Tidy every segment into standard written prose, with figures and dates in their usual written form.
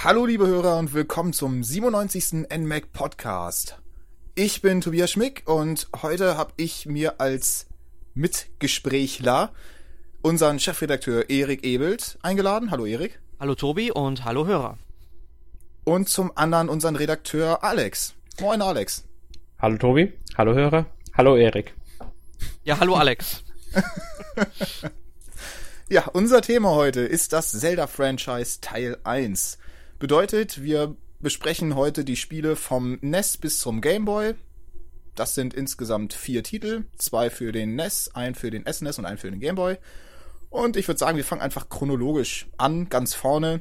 Hallo liebe Hörer und willkommen zum 97. NMAC Podcast. Ich bin Tobias Schmick und heute habe ich mir als Mitgesprächler unseren Chefredakteur Erik Ebelt eingeladen. Hallo Erik. Hallo Tobi und hallo Hörer. Und zum anderen unseren Redakteur Alex. Moin Alex. Hallo Tobi, hallo Hörer, hallo Erik. Ja, hallo Alex. Ja, unser Thema heute ist das Zelda-Franchise Teil 1. Bedeutet, wir besprechen heute die Spiele vom NES bis zum Game Boy. Das sind insgesamt 4 Titel, 2 für den NES, 1 für den SNES und 1 für den Game Boy. Und ich würde sagen, wir fangen einfach chronologisch an, ganz vorne.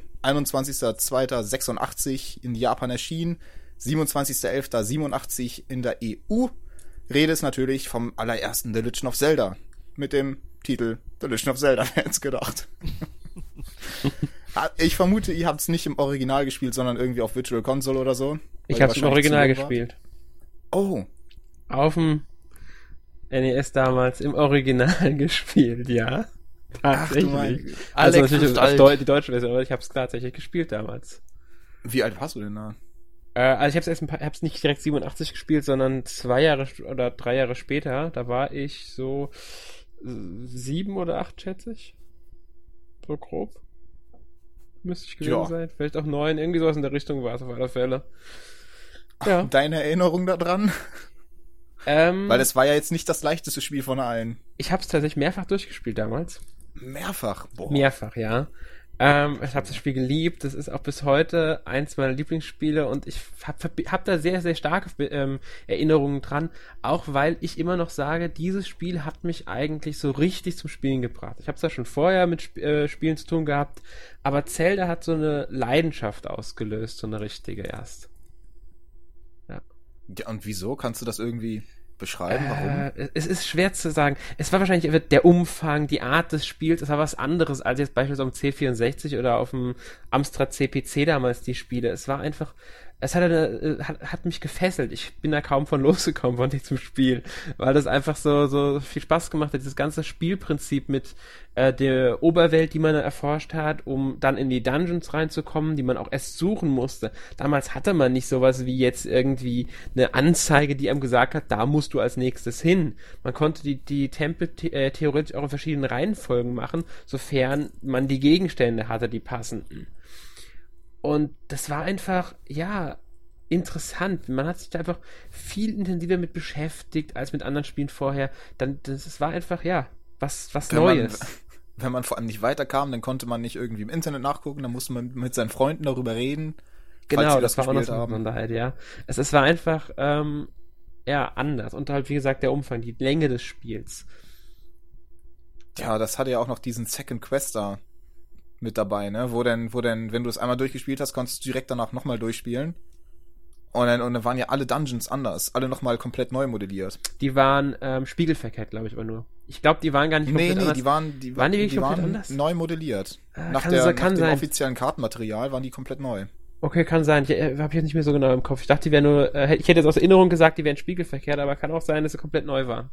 21.02.86 in Japan erschienen, 27.11.87 in der EU. Rede ist natürlich vom allerersten The Legend of Zelda mit dem Titel The Legend of Zelda, wer hätte es gedacht. Ich vermute, ihr habt es nicht im Original gespielt, sondern irgendwie auf Virtual Console oder so. Ich habe es im Original gespielt. Oh. Auf dem NES damals im Original gespielt, ja. Tatsächlich. Also natürlich auf die deutsche Version, aber ich habe es tatsächlich gespielt damals. Wie alt warst du denn da? Also ich hab's nicht direkt 87 gespielt, sondern 2 Jahre oder 3 Jahre später. Da war ich so 7 oder 8, schätze ich. So grob. Müsste ich gewesen sein. Vielleicht auch 9. Irgendwie sowas in der Richtung war es auf alle Fälle. Ja. Deine Erinnerung daran? Weil es war ja jetzt nicht das leichteste Spiel von allen. Ich habe es tatsächlich mehrfach durchgespielt damals. Mehrfach? Boah. Mehrfach, ja. Ich habe das Spiel geliebt. Das ist auch bis heute eins meiner Lieblingsspiele und ich hab da sehr, sehr starke Erinnerungen dran. Auch weil ich immer noch sage, dieses Spiel hat mich eigentlich so richtig zum Spielen gebracht. Ich habe es ja schon vorher mit Spielen zu tun gehabt, aber Zelda hat so eine Leidenschaft ausgelöst, so eine richtige erst. Ja, und wieso? Kannst du das irgendwie beschreiben, warum? Es ist schwer zu sagen. Es war wahrscheinlich der Umfang, die Art des Spiels, es war was anderes als jetzt beispielsweise auf dem C64 oder auf dem Amstrad CPC damals die Spiele. Es war einfach, es hat mich gefesselt. Ich bin da kaum von losgekommen von diesem Spiel, weil das einfach so viel Spaß gemacht hat. Dieses ganze Spielprinzip mit der Oberwelt, die man erforscht hat, um dann in die Dungeons reinzukommen, die man auch erst suchen musste. Damals hatte man nicht sowas wie jetzt irgendwie eine Anzeige, die einem gesagt hat, da musst du als nächstes hin. Man konnte die Tempel theoretisch auch in verschiedenen Reihenfolgen machen, sofern man die Gegenstände hatte, die passenden. Und das war einfach, ja, interessant. Man hat sich da einfach viel intensiver mit beschäftigt als mit anderen Spielen vorher. Das war einfach, ja, was Neues. Wenn man vor allem nicht weiterkam, dann konnte man nicht irgendwie im Internet nachgucken, dann musste man mit seinen Freunden darüber reden. Genau, das war auch noch so eine Besonderheit, ja. Es war einfach, anders. Und halt, wie gesagt, der Umfang, die Länge des Spiels. Ja, das hatte ja auch noch diesen Second Quest da mit dabei, ne? Wo denn, wenn du es einmal durchgespielt hast, konntest du direkt danach nochmal durchspielen. Und dann waren ja alle Dungeons anders, alle nochmal komplett neu modelliert. Die waren spiegelverkehrt, glaube ich, aber nur. Ich glaube, die waren gar nicht komplett anders. Die waren wirklich komplett anders? Neu modelliert. Nach dem offiziellen Kartenmaterial waren die komplett neu. Okay, kann sein. Ich habe jetzt nicht mehr so genau im Kopf. Ich dachte, die wären nur, ich hätte jetzt aus Erinnerung gesagt, die wären spiegelverkehrt, aber kann auch sein, dass sie komplett neu waren.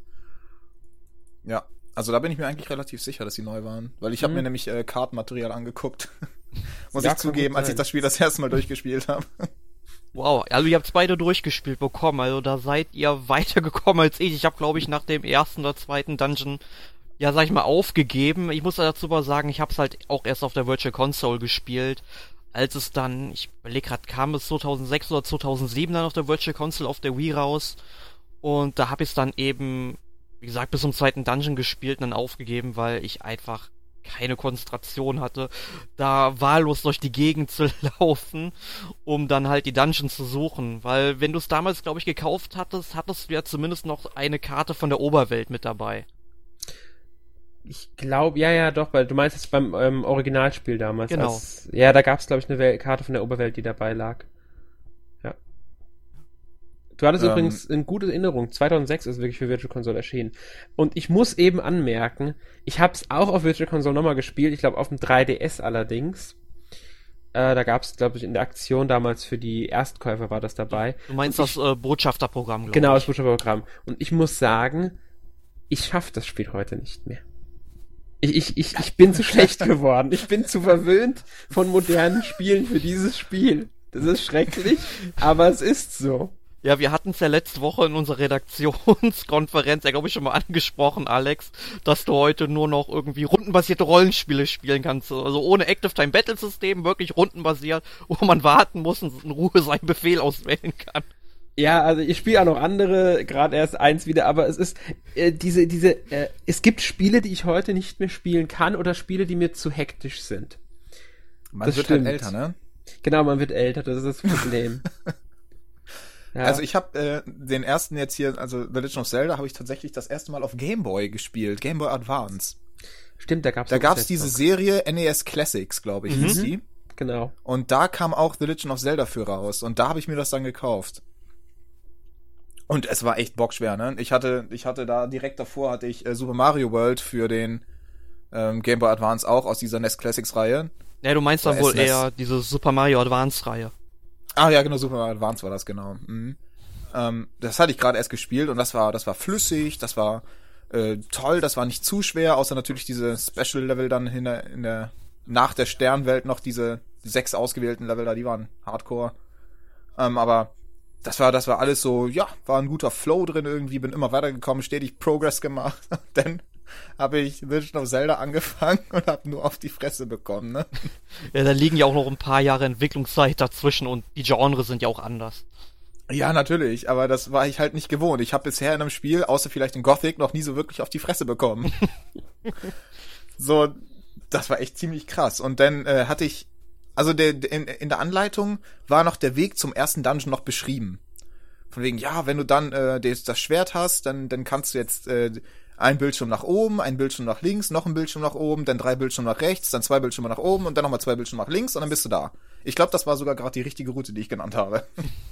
Ja, also da bin ich mir eigentlich relativ sicher, dass sie neu waren. Weil ich habe mir nämlich Kartenmaterial angeguckt. Muss ich zugeben, als ich das Spiel das erste Mal durchgespielt habe. Wow, also ihr habt's beide durchgespielt bekommen, also da seid ihr weitergekommen als ich. Ich habe, glaube ich, nach dem ersten oder zweiten Dungeon, ja, sag ich mal, aufgegeben. Ich muss dazu mal sagen, ich hab's halt auch erst auf der Virtual Console gespielt. Als es dann, ich überlege gerade, kam es 2006 oder 2007 dann auf der Virtual Console auf der Wii raus. Und da habe ich es dann eben, wie gesagt, bis zum zweiten Dungeon gespielt und dann aufgegeben, weil ich einfach keine Konzentration hatte, da wahllos durch die Gegend zu laufen, um dann halt die Dungeons zu suchen. Weil wenn du es damals, glaube ich, gekauft hattest, hattest du ja zumindest noch eine Karte von der Oberwelt mit dabei. Ich glaube, ja, doch, weil du meinst es beim Originalspiel damals. Genau. Da gab es, glaube ich, eine Karte von der Oberwelt, die dabei lag. Ja. Du hattest übrigens eine gute Erinnerung. 2006 ist wirklich für Virtual Console erschienen. Und ich muss eben anmerken, ich habe es auch auf Virtual Console nochmal gespielt. Ich glaube, auf dem 3DS allerdings. Da gab es, glaube ich, in der Aktion damals für die Erstkäufer war das dabei. Du meinst das Botschafterprogramm, glaube ich. Genau, das Botschafterprogramm. Und ich muss sagen, ich schaffe das Spiel heute nicht mehr. Ich bin zu schlecht geworden. Ich bin zu verwöhnt von modernen Spielen für dieses Spiel. Das ist schrecklich, aber es ist so. Ja, wir hatten es ja letzte Woche in unserer Redaktionskonferenz, ja glaube ich schon mal angesprochen, Alex, dass du heute nur noch irgendwie rundenbasierte Rollenspiele spielen kannst. Also ohne Active-Time-Battle-System, wirklich rundenbasiert, wo man warten muss und in Ruhe seinen Befehl auswählen kann. Ja, also ich spiele auch noch andere, gerade erst eins wieder, aber es ist es gibt Spiele, die ich heute nicht mehr spielen kann oder Spiele, die mir zu hektisch sind. Man wird halt älter, ne? Genau, man wird älter, das ist das Problem. Ja. Also ich habe den ersten jetzt hier, also The Legend of Zelda, habe ich tatsächlich das erste Mal auf Game Boy gespielt, Game Boy Advance. Stimmt, da gab's diese Serie NES Classics, glaube ich, hieß die. Genau. Und da kam auch The Legend of Zelda für raus und da habe ich mir das dann gekauft. Und es war echt bockschwer, ne? Ich hatte da direkt davor hatte ich Super Mario World für den Game Boy Advance auch aus dieser NES Classics Reihe. Ja, du meinst dann wohl eher diese Super Mario Advance Reihe. Ah ja, genau, Super Mario Advance war das, genau. Mhm. Das hatte ich gerade erst gespielt und das war flüssig, das war toll, das war nicht zu schwer, außer natürlich diese Special Level dann nach der Sternwelt noch diese 6 ausgewählten Level da, die waren Hardcore. Aber das war alles so, ja, war ein guter Flow drin irgendwie, bin immer weitergekommen, stetig Progress gemacht. Dann habe ich Legend of Zelda angefangen und habe nur auf die Fresse bekommen, ne? Ja, da liegen ja auch noch ein paar Jahre Entwicklungszeit dazwischen und die Genres sind ja auch anders. Ja, natürlich, aber das war ich halt nicht gewohnt. Ich habe bisher in einem Spiel, außer vielleicht in Gothic, noch nie so wirklich auf die Fresse bekommen. So, das war echt ziemlich krass. Und dann hatte ich, also in der Anleitung war noch der Weg zum ersten Dungeon noch beschrieben. Von wegen, ja, wenn du dann das Schwert hast, dann kannst du jetzt ein Bildschirm nach oben, ein Bildschirm nach links, noch ein Bildschirm nach oben, dann 3 Bildschirme nach rechts, dann 2 Bildschirme nach oben und dann nochmal 2 Bildschirme nach links und dann bist du da. Ich glaube, das war sogar gerade die richtige Route, die ich genannt habe.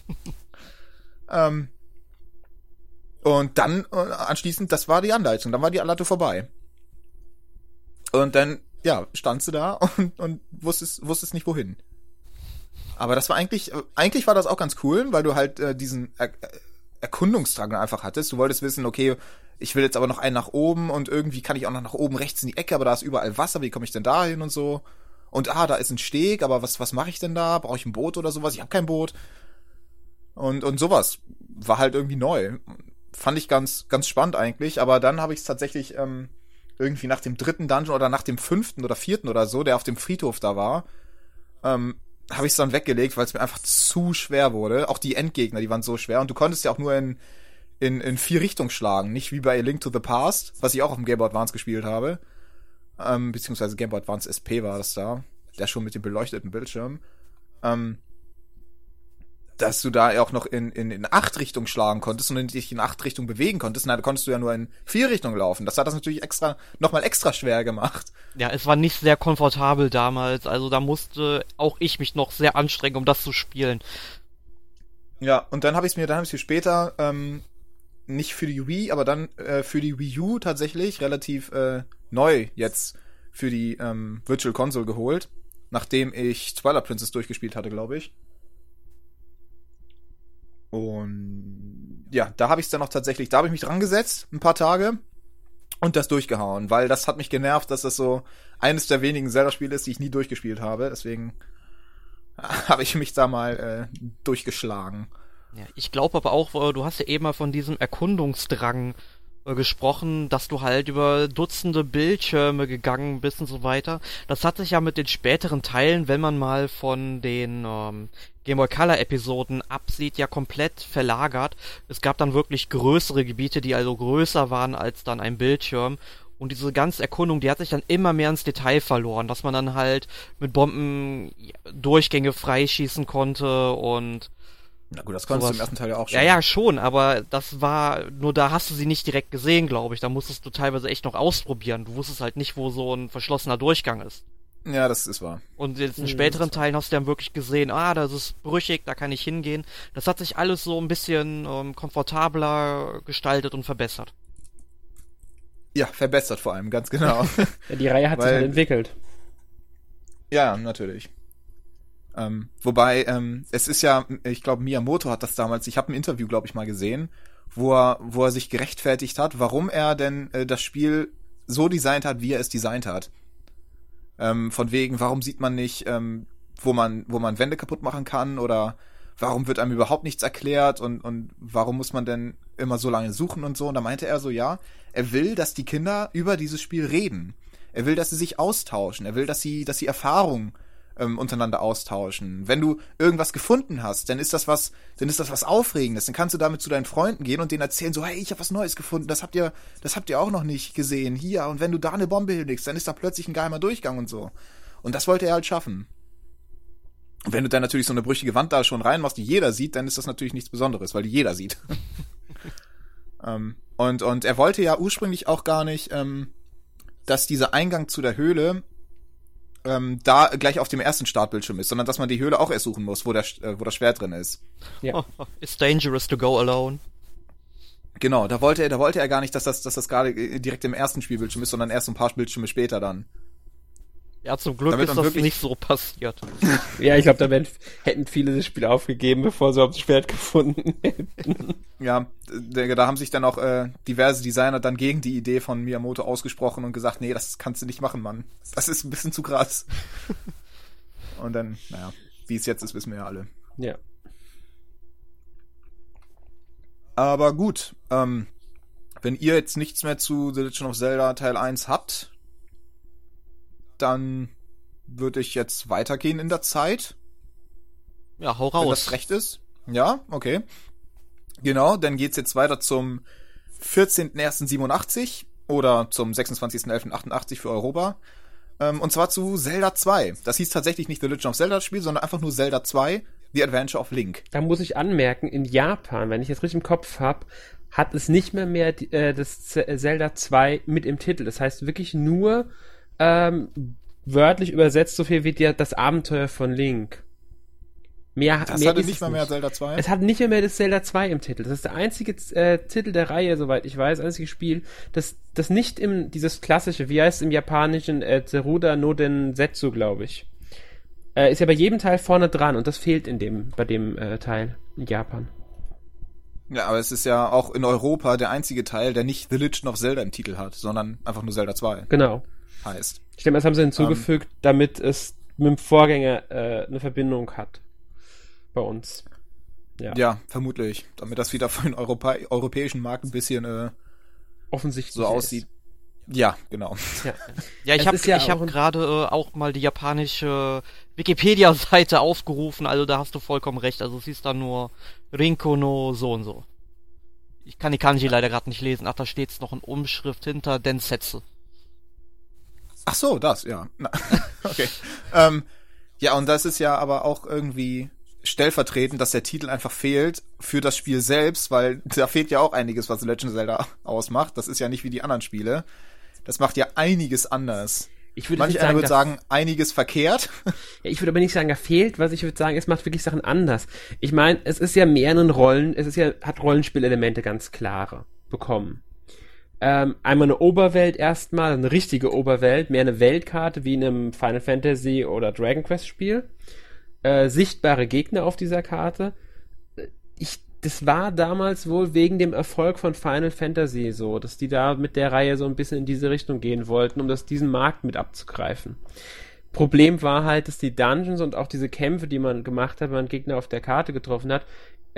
Und dann anschließend, das war die Anleitung, dann war die Anleitung vorbei. Und dann, ja, standst du da und wusstest nicht wohin. Aber das war eigentlich war das auch ganz cool, weil du halt diesen Erkundungsdrang einfach hattest. Du wolltest wissen, okay, ich will jetzt aber noch einen nach oben und irgendwie kann ich auch noch nach oben rechts in die Ecke, aber da ist überall Wasser, wie komme ich denn da hin und so? Und da ist ein Steg, aber was mache ich denn da? Brauche ich ein Boot oder sowas? Ich habe kein Boot. Und sowas war halt irgendwie neu. Fand ich ganz, ganz spannend eigentlich, aber dann habe ich es tatsächlich irgendwie nach dem 3. Dungeon oder nach dem 5. oder 4. oder so, der auf dem Friedhof da war, habe ich es dann weggelegt, weil es mir einfach zu schwer wurde. Auch die Endgegner, die waren so schwer und du konntest ja auch nur in 4 Richtungen schlagen, nicht wie bei A Link to the Past, was ich auch auf dem Game Boy Advance gespielt habe, beziehungsweise Game Boy Advance SP war das da, der schon mit dem beleuchteten Bildschirm, dass du da auch noch in 8 Richtungen schlagen konntest und dich in 8 Richtungen bewegen konntest. Na, da konntest du ja nur in 4 Richtungen laufen. Das hat das natürlich nochmal extra schwer gemacht. Ja, es war nicht sehr komfortabel damals, also da musste auch ich mich noch sehr anstrengen, um das zu spielen. Ja, und dann habe ich mir später nicht für die Wii, aber dann für die Wii U tatsächlich relativ neu jetzt für die Virtual Console geholt, nachdem ich Twilight Princess durchgespielt hatte, glaube ich. Und ja, da habe ich es dann noch tatsächlich, da habe ich mich dran gesetzt, ein paar Tage und das durchgehauen, weil das hat mich genervt, dass das so eines der wenigen Zelda-Spiele ist, die ich nie durchgespielt habe, deswegen habe ich mich da mal durchgeschlagen. Ja, ich glaube aber auch, du hast ja eben mal von diesem Erkundungsdrang gesprochen, dass du halt über Dutzende Bildschirme gegangen bist und so weiter. Das hat sich ja mit den späteren Teilen, wenn man mal von den Game Boy Color Episoden absieht, ja komplett verlagert. Es gab dann wirklich größere Gebiete, die also größer waren als dann ein Bildschirm. Und diese ganze Erkundung, die hat sich dann immer mehr ins Detail verloren, dass man dann halt mit Bomben Durchgänge freischießen konnte und na gut, das konntest du im ersten Teil ja auch schon. Ja, schon, aber das war, nur da hast du sie nicht direkt gesehen, glaube ich. Da musstest du teilweise echt noch ausprobieren. Du wusstest halt nicht, wo so ein verschlossener Durchgang ist. Ja, das ist wahr. Und jetzt in späteren Teilen hast du dann wirklich gesehen, das ist brüchig, da kann ich hingehen. Das hat sich alles so ein bisschen komfortabler gestaltet und verbessert. Ja, verbessert vor allem, ganz genau. Ja, die Reihe hat sich halt entwickelt. Ja, natürlich. Wobei, es ist ja, ich glaube, Miyamoto hat das damals, ich habe ein Interview, glaube ich, mal gesehen, wo er sich gerechtfertigt hat, warum er denn das Spiel so designt hat, wie er es designt hat. Von wegen, warum sieht man nicht, wo man Wände kaputt machen kann, oder warum wird einem überhaupt nichts erklärt und warum muss man denn immer so lange suchen und so. Und da meinte er so, ja, er will, dass die Kinder über dieses Spiel reden. Er will, dass sie sich austauschen. Er will, dass sie Erfahrungen untereinander austauschen. Wenn du irgendwas gefunden hast, dann ist das was Aufregendes. Dann kannst du damit zu deinen Freunden gehen und denen erzählen, so, hey, ich habe was Neues gefunden, das habt ihr auch noch nicht gesehen. Hier, und wenn du da eine Bombe hinlegst, dann ist da plötzlich ein geheimer Durchgang und so. Und das wollte er halt schaffen. Und wenn du dann natürlich so eine brüchige Wand da schon reinmachst, die jeder sieht, dann ist das natürlich nichts Besonderes, weil die jeder sieht. Und er wollte ja ursprünglich auch gar nicht, dass dieser Eingang zu der Höhle da gleich auf dem ersten Startbildschirm ist, sondern dass man die Höhle auch erst suchen muss, wo das Schwert drin ist. Ja. It's dangerous to go alone. Genau, da wollte er gar nicht, dass das gerade direkt im ersten Spielbildschirm ist, sondern erst ein paar Bildschirme später dann. Ja, zum Glück ist das nicht so passiert. Ja, ich glaube, hätten viele das Spiel aufgegeben, bevor sie das Schwert gefunden hätten. Ja, da haben sich dann auch diverse Designer dann gegen die Idee von Miyamoto ausgesprochen und gesagt, nee, das kannst du nicht machen, Mann. Das ist ein bisschen zu krass. Und dann, naja, wie es jetzt ist, wissen wir ja alle. Ja. Aber gut, wenn ihr jetzt nichts mehr zu The Legend of Zelda Teil 1 habt, dann würde ich jetzt weitergehen in der Zeit. Ja, hau raus. Wenn das recht ist. Ja, okay. Genau, dann geht's jetzt weiter zum 14.01.87 oder zum 26.11.88 für Europa. Und zwar zu Zelda 2. Das hieß tatsächlich nicht The Legend of Zelda Spiel, sondern einfach nur Zelda 2, The Adventure of Link. Da muss ich anmerken, in Japan, wenn ich das richtig im Kopf habe, hat es nicht mehr das Zelda 2 mit im Titel. Das heißt wirklich nur wörtlich übersetzt so viel wie das Abenteuer von Link. Das hatte nicht mal mehr Zelda 2? Es hat nicht mehr das Zelda 2 im Titel. Das ist der einzige Titel der Reihe, soweit ich weiß, einzige Spiel, das nicht dieses klassische, wie heißt es im Japanischen, Zeruda no Densetsu, glaube ich. Ist ja bei jedem Teil vorne dran und das fehlt bei dem Teil in Japan. Ja, aber es ist ja auch in Europa der einzige Teil, der nicht The Legend of Zelda im Titel hat, sondern einfach nur Zelda 2. Genau. Heißt. Ich denke, das haben sie hinzugefügt, damit es mit dem Vorgänger eine Verbindung hat. Bei uns. Ja, vermutlich. Damit das wieder für den europäischen Markt ein bisschen offensichtlich so aussieht. Ja, genau. Ja, ich habe gerade auch mal die japanische Wikipedia-Seite aufgerufen, also da hast du vollkommen recht. Also es hieß da nur Rinko no so und so. Ich kann die Kanji leider gerade nicht lesen. Ach, da steht's noch in Umschrift hinter Densetsu. Ach so, das, ja. Okay. Ja, und das ist ja aber auch irgendwie stellvertretend, dass der Titel einfach fehlt für das Spiel selbst, weil da fehlt ja auch einiges, was Legend of Zelda ausmacht. Das ist ja nicht wie die anderen Spiele. Das macht ja einiges anders. Manch einer würde sagen, einiges verkehrt. Ja, ich würde aber nicht sagen, da fehlt was. Ich würde sagen, es macht wirklich Sachen anders. Ich meine, es ist ja mehr hat Rollenspielelemente ganz klare bekommen. Einmal eine Oberwelt erstmal, eine richtige Oberwelt, mehr eine Weltkarte wie in einem Final Fantasy oder Dragon Quest Spiel. Sichtbare Gegner auf dieser Karte. Das war damals wohl wegen dem Erfolg von Final Fantasy so, dass die da mit der Reihe so ein bisschen in diese Richtung gehen wollten, um diesen Markt mit abzugreifen. Problem war halt, dass die Dungeons und auch diese Kämpfe, die man gemacht hat, wenn man Gegner auf der Karte getroffen hat,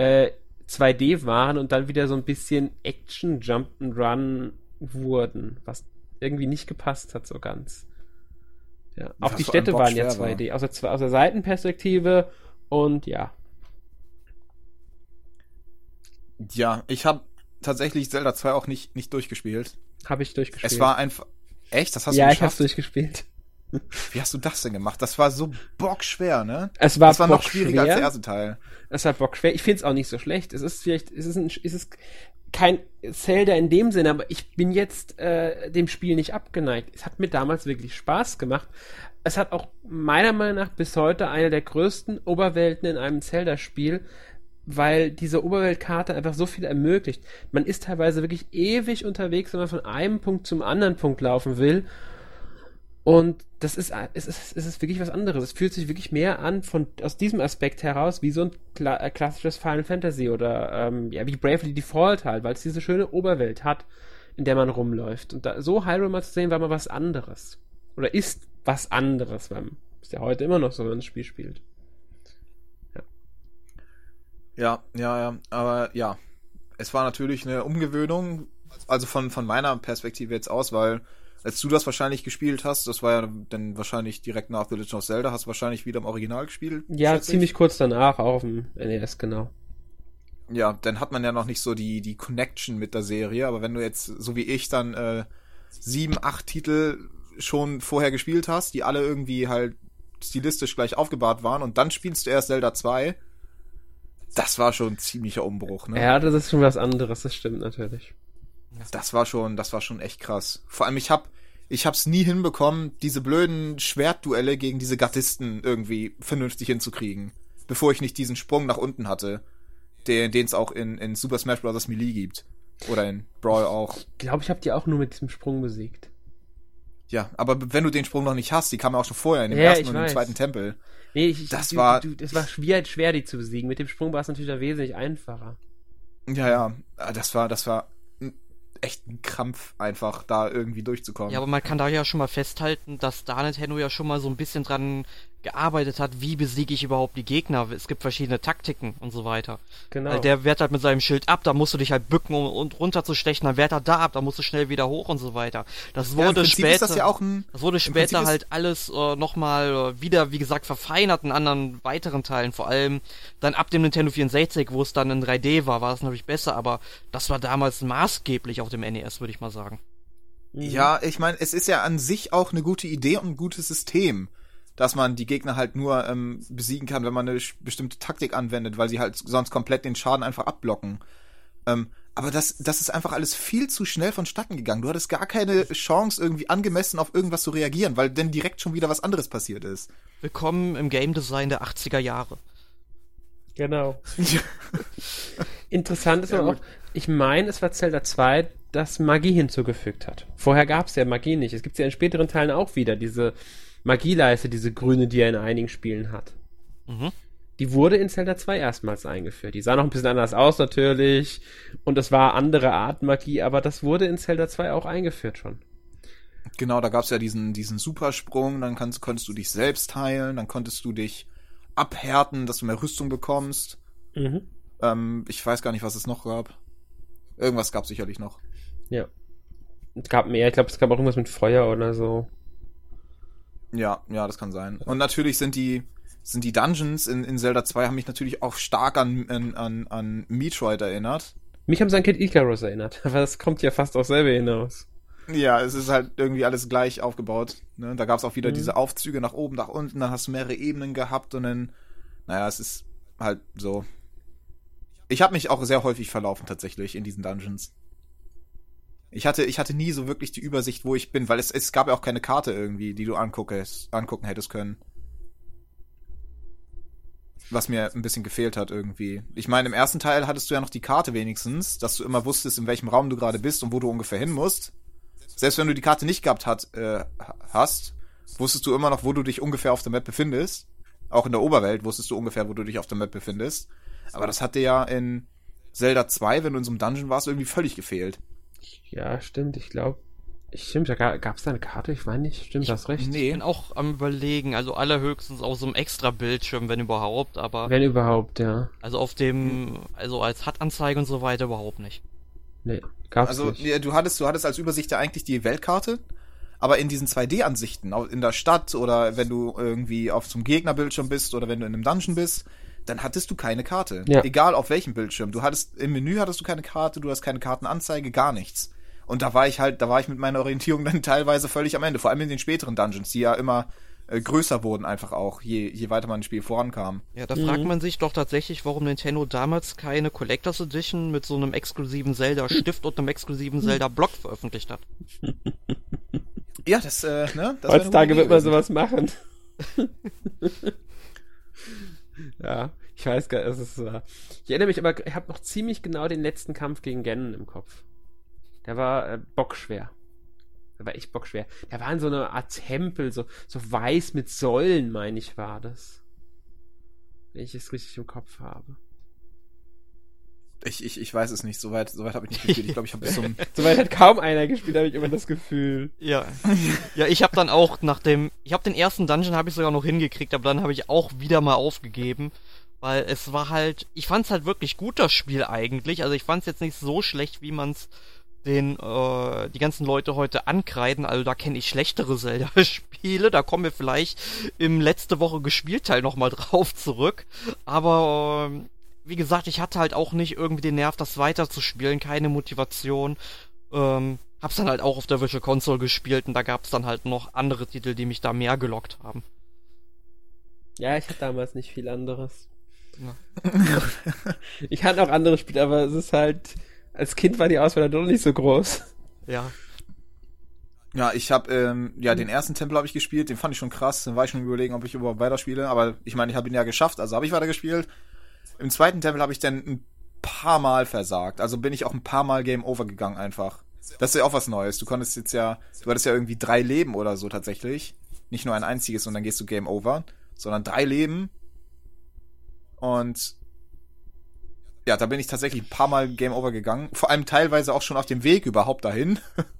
2D waren und dann wieder so ein bisschen Action, Jump'n'Run wurden, was irgendwie nicht gepasst hat so ganz. Ja, auch die Städte waren ja 2D, aus der Seitenperspektive und ja. Ja, ich habe tatsächlich Zelda 2 auch nicht durchgespielt. Habe ich durchgespielt. Es war einfach... Echt? Das hast du geschafft? Ja, ich hab's durchgespielt. Wie hast du das denn gemacht? Das war so bockschwer, ne? Das war noch schwieriger als der erste Teil. Es war bockschwer. Ich find's auch nicht so schlecht. Es ist kein Zelda in dem Sinne, aber ich bin jetzt dem Spiel nicht abgeneigt. Es hat mir damals wirklich Spaß gemacht. Es hat auch meiner Meinung nach bis heute eine der größten Oberwelten in einem Zelda-Spiel, weil diese Oberweltkarte einfach so viel ermöglicht. Man ist teilweise wirklich ewig unterwegs, wenn man von einem Punkt zum anderen Punkt laufen will. Und es ist wirklich was anderes. Es fühlt sich wirklich mehr an aus diesem Aspekt heraus wie so ein klassisches Final Fantasy oder wie Bravely Default halt, weil es diese schöne Oberwelt hat, in der man rumläuft. Und so Hyrule mal zu sehen, war mal was anderes. Oder ist was anderes, weil ist ja heute immer noch so, wenn man das Spiel spielt. Ja, aber ja, es war natürlich eine Umgewöhnung, also von meiner Perspektive jetzt aus, weil als du das wahrscheinlich gespielt hast, das war ja dann wahrscheinlich direkt nach The Legend of Zelda, hast du wahrscheinlich wieder im Original gespielt? Ja, ziemlich kurz danach, auch auf dem NES, genau. Ja, dann hat man ja noch nicht so die Connection mit der Serie, aber wenn du jetzt, so wie ich, dann 7, 8 Titel schon vorher gespielt hast, die alle irgendwie halt stilistisch gleich aufgebaut waren und dann spielst du erst Zelda 2, das war schon ein ziemlicher Umbruch, ne? Ja, das ist schon was anderes, das stimmt natürlich. Das war schon echt krass. Vor allem, ich hab's nie hinbekommen, diese blöden Schwertduelle gegen diese Gardisten irgendwie vernünftig hinzukriegen, bevor ich nicht diesen Sprung nach unten hatte, den es auch in Super Smash Bros. Melee gibt. Oder in Brawl auch. Ich glaube, ich habe die auch nur mit diesem Sprung besiegt. Ja, aber wenn du den Sprung noch nicht hast, die kam ja auch schon vorher in dem ersten und im zweiten Tempel. Nee, das war schwer, die zu besiegen. Mit dem Sprung war es natürlich dann wesentlich einfacher. Ja, das war echt ein Krampf, einfach da irgendwie durchzukommen. Ja, aber man kann da ja schon mal festhalten, dass da Nintendo ja schon mal so ein bisschen dran gearbeitet hat, wie besiege ich überhaupt die Gegner. Es gibt verschiedene Taktiken und so weiter. Genau. Also der wehrt halt mit seinem Schild ab, da musst du dich halt bücken, um runterzustechen, dann wehrt er da ab, da musst du schnell wieder hoch und so weiter. Das wurde später, halt alles nochmal wieder, wie gesagt, verfeinert in anderen weiteren Teilen. Vor allem dann ab dem Nintendo 64, wo es dann in 3D war es natürlich besser, aber das war damals maßgeblich auf dem NES, würde ich mal sagen. Ja, ich meine, es ist ja an sich auch eine gute Idee und ein gutes System, dass man die Gegner halt nur besiegen kann, wenn man eine bestimmte Taktik anwendet, weil sie halt sonst komplett den Schaden einfach abblocken. Aber das ist einfach alles viel zu schnell vonstatten gegangen. Du hattest gar keine Chance, irgendwie angemessen auf irgendwas zu reagieren, weil dann direkt schon wieder was anderes passiert ist. Willkommen im Game Design der 80er Jahre. Genau. Interessant ist aber auch, ich meine, es war Zelda 2, das Magie hinzugefügt hat. Vorher gab es ja Magie nicht. Es gibt ja in späteren Teilen auch wieder diese Magieleiste, diese grüne, die er in einigen Spielen hat. Mhm. Die wurde in Zelda 2 erstmals eingeführt. Die sah noch ein bisschen anders aus natürlich und es war andere Art Magie, aber das wurde in Zelda 2 auch eingeführt schon. Genau, da gab's ja diesen Supersprung, dann konntest du dich selbst heilen, dann konntest du dich abhärten, dass du mehr Rüstung bekommst. Mhm. Ich weiß gar nicht, was es noch gab. Irgendwas gab's sicherlich noch. Ja. Es gab mehr, ich glaube, es gab auch irgendwas mit Feuer oder so. Ja, das kann sein. Und natürlich sind die Dungeons in Zelda 2 haben mich natürlich auch stark an Metroid erinnert. Mich haben sie an Kid Icarus erinnert, aber das kommt ja fast auch selber hinaus. Ja, es ist halt irgendwie alles gleich aufgebaut. Ne? Da gab's auch wieder diese Aufzüge nach oben, nach unten, dann hast du mehrere Ebenen gehabt und dann, naja, es ist halt so. Ich habe mich auch sehr häufig verlaufen tatsächlich in diesen Dungeons. Ich hatte nie so wirklich die Übersicht, wo ich bin, weil es gab ja auch keine Karte irgendwie, die du angucken hättest können. Was mir ein bisschen gefehlt hat irgendwie. Ich meine, im ersten Teil hattest du ja noch die Karte wenigstens, dass du immer wusstest, in welchem Raum du gerade bist und wo du ungefähr hin musst. Selbst wenn du die Karte nicht gehabt hast, wusstest du immer noch, wo du dich ungefähr auf der Map befindest. Auch in der Oberwelt wusstest du ungefähr, wo du dich auf der Map befindest. Aber das hat dir ja in Zelda 2, wenn du in so einem Dungeon warst, irgendwie völlig gefehlt. Ja, stimmt, ich glaube. Stimmt, gab es da eine Karte? Ich meine nicht, stimmt, das recht. Nee. Ich bin auch am Überlegen, also allerhöchstens auf so einem extra Bildschirm, wenn überhaupt, aber... Wenn überhaupt, ja. Also auf dem, also als HUD-Anzeige und so weiter überhaupt nicht. Nee, gab's nicht. Also, ja, du hattest als Übersicht ja eigentlich die Weltkarte, aber in diesen 2D-Ansichten, in der Stadt oder wenn du irgendwie auf so einem Gegnerbildschirm bist oder wenn du in einem Dungeon bist, dann hattest du keine Karte. Ja. Egal auf welchem Bildschirm. Im Menü hattest du keine Karte, du hast keine Kartenanzeige, gar nichts. Und da war ich mit meiner Orientierung dann teilweise völlig am Ende. Vor allem in den späteren Dungeons, die ja immer größer wurden einfach auch, je weiter man im Spiel vorankam. Ja, da fragt man sich doch tatsächlich, warum Nintendo damals keine Collectors Edition mit so einem exklusiven Zelda-Stift und einem exklusiven Zelda-Block veröffentlicht hat. Ja, das heutzutage wird man sowas machen. Ja, ich weiß gar nicht, es ist wahr. Ich erinnere mich aber, ich habe noch ziemlich genau den letzten Kampf gegen Ganon im Kopf. Der war bockschwer. Der war echt bockschwer. Der war in so einer Art Tempel, so weiß mit Säulen, meine ich, war das. Wenn ich es richtig im Kopf habe. Ich weiß es nicht, soweit habe ich nicht gespielt. Ich glaube, ich habe bis zum... Soweit hat kaum einer gespielt, habe ich immer das Gefühl. Ja. Ja, ich habe dann auch ich habe den ersten Dungeon habe ich sogar noch hingekriegt, aber dann habe ich auch wieder mal aufgegeben, weil es war halt, ich fand's halt wirklich gut, das Spiel eigentlich. Also ich fand's jetzt nicht so schlecht, wie man's die ganzen Leute heute ankreiden. Also da kenne ich schlechtere Zelda-Spiele, da kommen wir vielleicht im letzte Woche gespielt Teil nochmal drauf zurück. Aber wie gesagt, ich hatte halt auch nicht irgendwie den Nerv, das weiterzuspielen, keine Motivation. Hab's dann halt auch auf der Virtual Console gespielt und da gab's dann halt noch andere Titel, die mich da mehr gelockt haben. Ja, ich hatte damals nicht viel anderes. Ja. Ich hatte auch andere Spiele, aber es ist halt, als Kind war die Auswahl doch nicht so groß. Ja. Ja, ich habe den ersten Tempel habe ich gespielt, den fand ich schon krass, dann war ich schon überlegen, ob ich überhaupt weiterspiele, aber ich meine, ich habe ihn ja geschafft, also habe ich weitergespielt. Im zweiten Tempel habe ich dann ein paar Mal versagt, also bin ich auch ein paar Mal Game Over gegangen einfach. Das ist ja auch was Neues, du hattest ja irgendwie 3 Leben oder so tatsächlich, nicht nur ein einziges und dann gehst du Game Over, sondern 3 Leben und ja, da bin ich tatsächlich ein paar Mal Game Over gegangen, vor allem teilweise auch schon auf dem Weg überhaupt dahin.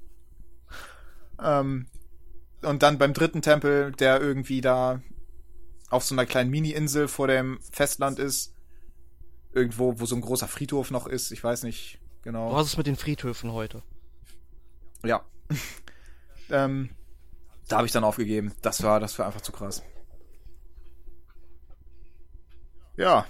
Und dann beim dritten Tempel, der irgendwie da auf so einer kleinen Mini-Insel vor dem Festland ist, irgendwo, wo so ein großer Friedhof noch ist, ich weiß nicht genau. Was ist mit den Friedhöfen heute? Ja. Da habe ich dann aufgegeben. Das war einfach zu krass. Ja.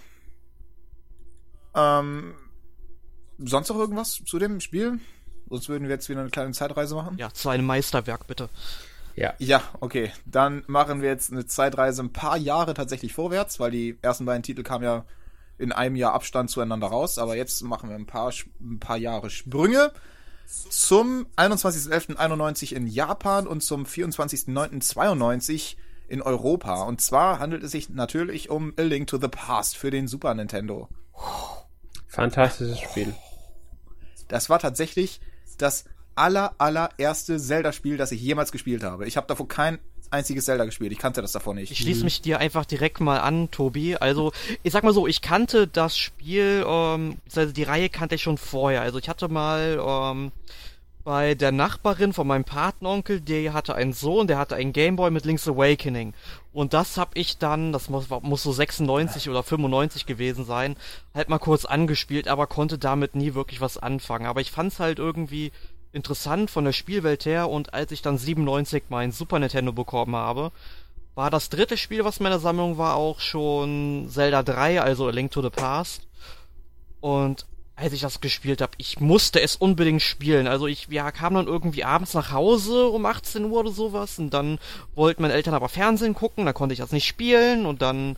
Sonst noch irgendwas zu dem Spiel? Sonst würden wir jetzt wieder eine kleine Zeitreise machen. Ja, zu einem Meisterwerk, bitte. Ja. Ja, okay. Dann machen wir jetzt eine Zeitreise ein paar Jahre tatsächlich vorwärts, weil die ersten beiden Titel kamen ja in einem Jahr Abstand zueinander raus. Aber jetzt machen wir ein paar Jahre Sprünge zum 21.11.91 in Japan und zum 24.09.92 in Europa. Und zwar handelt es sich natürlich um A Link to the Past für den Super Nintendo. Fantastisches Spiel. Das war tatsächlich das allererste Zelda-Spiel, das ich jemals gespielt habe. Ich habe davor kein einziges Zelda gespielt. Ich kannte das davor nicht. Ich schließe mich dir einfach direkt mal an, Tobi. Also, ich sag mal so, ich kannte das Spiel, also die Reihe kannte ich schon vorher. Also ich hatte mal bei der Nachbarin von meinem Patenonkel, der hatte einen Sohn, der hatte einen Gameboy mit Link's Awakening. Und das hab ich dann, das muss so 96 oder 95 gewesen sein, halt mal kurz angespielt, aber konnte damit nie wirklich was anfangen. Aber ich fand's halt irgendwie interessant von der Spielwelt her, und als ich dann 97 mein Super Nintendo bekommen habe, war das dritte Spiel, was in meiner Sammlung war, auch schon Zelda 3, also A Link to the Past. Und als ich das gespielt habe, ich musste es unbedingt spielen. Also wir kamen dann irgendwie abends nach Hause um 18 Uhr oder sowas, und dann wollten meine Eltern aber Fernsehen gucken, dann konnte ich das nicht spielen, und dann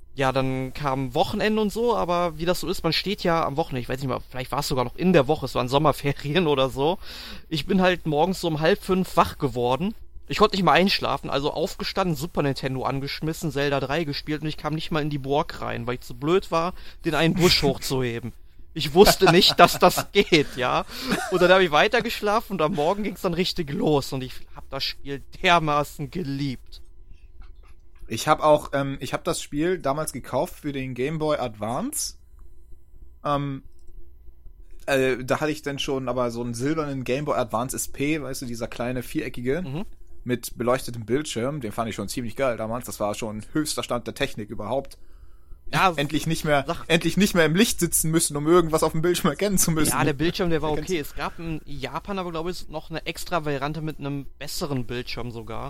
kam Wochenende und so, aber wie das so ist, man steht ja am Wochenende, ich weiß nicht mal, vielleicht war es sogar noch in der Woche, es waren Sommerferien oder so. Ich bin halt morgens so um 4:30 wach geworden. Ich konnte nicht mal einschlafen, also aufgestanden, Super Nintendo angeschmissen, Zelda 3 gespielt, und ich kam nicht mal in die Burg rein, weil ich zu blöd war, den einen Busch hochzuheben. Ich wusste nicht, dass das geht, ja. Und dann habe ich weitergeschlafen und am Morgen ging es dann richtig los, und ich habe das Spiel dermaßen geliebt. Ich habe das Spiel damals gekauft für den Game Boy Advance. Da hatte ich dann schon aber so einen silbernen Game Boy Advance SP, weißt du, dieser kleine viereckige, mit beleuchtetem Bildschirm. Den fand ich schon ziemlich geil damals. Das war schon höchster Stand der Technik überhaupt. Ja, endlich nicht mehr im Licht sitzen müssen, um irgendwas auf dem Bildschirm erkennen zu müssen. Ja, der Bildschirm, der war okay. Es gab in Japan aber, glaube ich, noch eine extra Variante mit einem besseren Bildschirm sogar.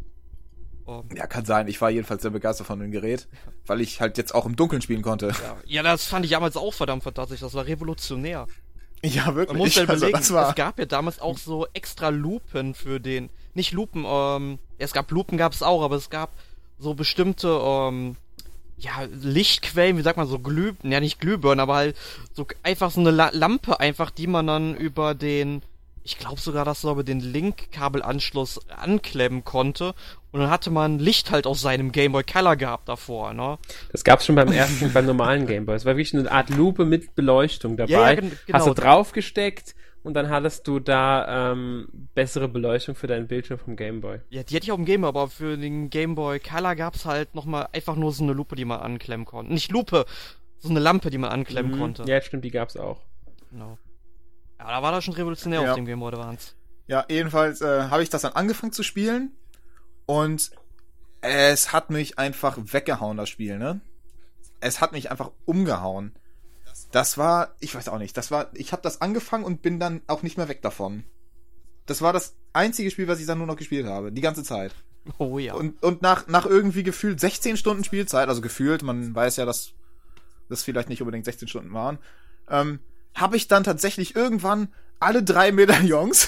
Ja, kann sein. Ich war jedenfalls sehr begeistert von dem Gerät, weil ich halt jetzt auch im Dunkeln spielen konnte. Ja, das fand ich damals auch verdammt fantastisch. Das war revolutionär. Ja, wirklich. Man muss ja überlegen, es gab ja damals auch so extra Lupen für den... Nicht Lupen, es gab Lupen, gab es auch, aber es gab so bestimmte... Lichtquellen, wie sagt man, so nicht Glühbirnen, aber halt so einfach so eine Lampe einfach, die man dann über den, ich glaube sogar, dass man über den Link-Kabelanschluss anklemmen konnte, und dann hatte man Licht halt aus seinem Game Boy Color gehabt davor, ne? Das gab's schon beim normalen Game Boy. Es war wirklich eine Art Lupe mit Beleuchtung dabei. Ja, genau. Hast du draufgesteckt, und dann hattest du da bessere Beleuchtung für deinen Bildschirm vom Game Boy. Ja, die hatte ich auf dem Game Boy, aber für den Game Boy Color gab's halt nochmal einfach nur so eine Lupe, die man anklemmen konnte. Nicht Lupe, so eine Lampe, die man anklemmen konnte. Ja, stimmt, die gab's auch. Genau. Ja, da war das schon revolutionär auf dem Game Boy Advance. Ja, jedenfalls habe ich das dann angefangen zu spielen und es hat mich einfach weggehauen, das Spiel, ne? Es hat mich einfach umgehauen. Das war, ich weiß auch nicht, ich habe das angefangen und bin dann auch nicht mehr weg davon. Das war das einzige Spiel, was ich dann nur noch gespielt habe, die ganze Zeit. Oh ja. Und nach irgendwie gefühlt 16 Stunden Spielzeit, also gefühlt, man weiß ja, dass das vielleicht nicht unbedingt 16 Stunden waren, habe ich dann tatsächlich irgendwann alle 3 Medaillons,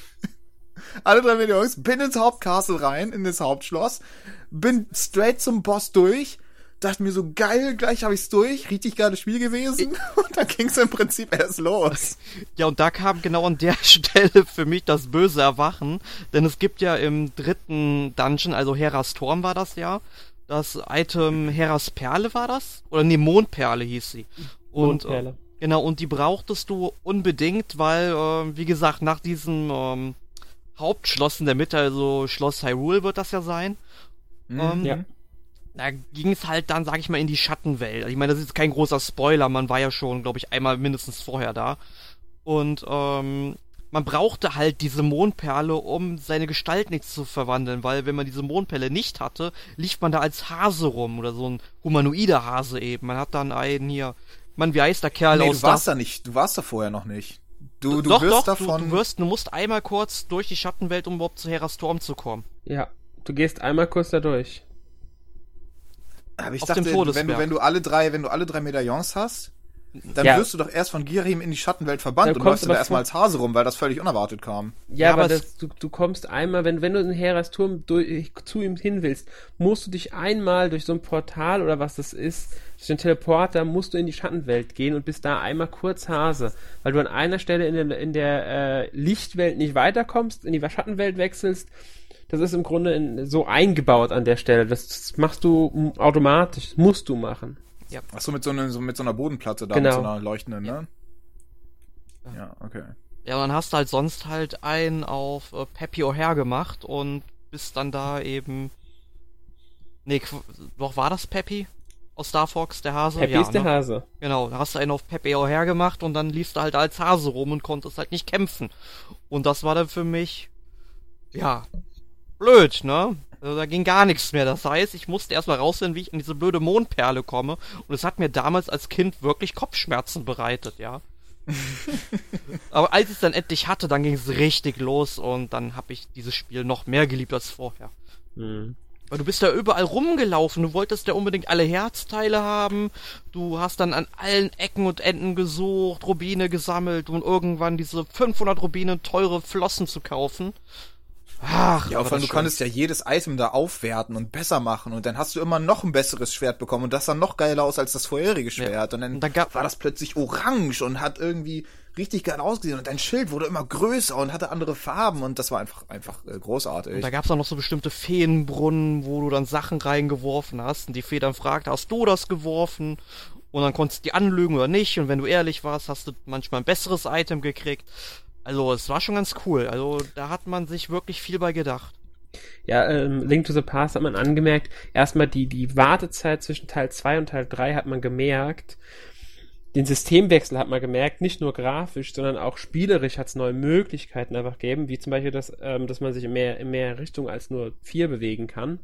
bin ins Hauptcastle rein, in das Hauptschloss, bin straight zum Boss durch, dachte mir so, geil, gleich habe ich's durch, richtig geiles Spiel gewesen, und dann ging's im Prinzip erst los. Ja, und da kam genau an der Stelle für mich das böse Erwachen, denn es gibt ja im 3. Dungeon, also Heras Turm war das ja, das Item Heras Perle war das? Oder nee, Mondperle hieß sie. Und, Mondperle. Genau, und die brauchtest du unbedingt, weil, wie gesagt, nach diesem Hauptschloss in der Mitte, also Schloss Hyrule wird das ja sein, Ja. da ging es halt dann, sag ich mal, in die Schattenwelt. Also ich meine, das ist kein großer Spoiler, man war ja schon, glaube ich, einmal mindestens vorher da. Und man brauchte halt diese Mondperle, um seine Gestalt nicht zu verwandeln, weil wenn man diese Mondperle nicht hatte, lief man da als Hase rum oder so ein humanoider Hase eben. Man hat dann einen hier, wie heißt der Kerl aus du warst da nicht, du warst da vorher noch nicht. Du musst einmal kurz durch die Schattenwelt, um überhaupt zu Heras Turm zu kommen. Ja, du gehst einmal kurz da durch. Aber ich Auf dachte, dem Todesberg. wenn du alle drei Medaillons hast, dann wirst du doch erst von Girahim in die Schattenwelt verbannt und läufst du da erstmal als Hase rum, weil das völlig unerwartet kam. Ja, aber du kommst einmal, wenn du in Heras Turm zu ihm hin willst, musst du dich einmal durch so ein Portal oder was das ist, durch den Teleporter, musst du in die Schattenwelt gehen und bist da einmal kurz Hase, weil du an einer Stelle in der Lichtwelt nicht weiterkommst, in die Schattenwelt wechselst. Das ist im Grunde so eingebaut an der Stelle. Das machst du automatisch, musst du machen. Ja. Ach so, mit so einer Bodenplatte da, genau. mit so einer leuchtenden, ne? Ja, okay. Ja, dann hast du halt sonst halt einen auf Peppy O'Hare gemacht und bist dann da eben... Nee, doch war das Peppy? Aus Star Fox, der Hase? Peppy ist der Hase. Genau, da hast du einen auf Peppy O'Hare gemacht und dann liefst du halt als Hase rum und konntest halt nicht kämpfen. Und das war dann für mich... Ja... blöd, ne? Also da ging gar nichts mehr. Das heißt, ich musste erstmal rausfinden, wie ich an diese blöde Mondperle komme. Und es hat mir damals als Kind wirklich Kopfschmerzen bereitet, ja. Aber als ich es dann endlich hatte, dann ging es richtig los und dann habe ich dieses Spiel noch mehr geliebt als vorher. Mhm. Weil du bist da überall rumgelaufen, du wolltest ja unbedingt alle Herzteile haben, du hast dann an allen Ecken und Enden gesucht, Rubine gesammelt und irgendwann diese 500 Rubine teure Flossen zu kaufen. Ach, ja, vor allem du konntest ja jedes Item da aufwerten und besser machen und dann hast du immer noch ein besseres Schwert bekommen und das sah noch geiler aus als das vorherige Schwert und dann war das plötzlich orange und hat irgendwie richtig geil ausgesehen und dein Schild wurde immer größer und hatte andere Farben und das war einfach großartig. Und da gab's auch noch so bestimmte Feenbrunnen, wo du dann Sachen reingeworfen hast und die Fee dann fragte, hast du das geworfen? Und dann konntest du die anlügen oder nicht und wenn du ehrlich warst, hast du manchmal ein besseres Item gekriegt. Also, es war schon ganz cool. Also, da hat man sich wirklich viel bei gedacht. Ja, Link to the Past hat man angemerkt. Erstmal die Wartezeit zwischen Teil 2 und Teil 3 hat man gemerkt. Den Systemwechsel hat man gemerkt, nicht nur grafisch, sondern auch spielerisch hat es neue Möglichkeiten einfach gegeben, wie zum Beispiel, dass man sich in mehr Richtungen als nur 4 bewegen kann.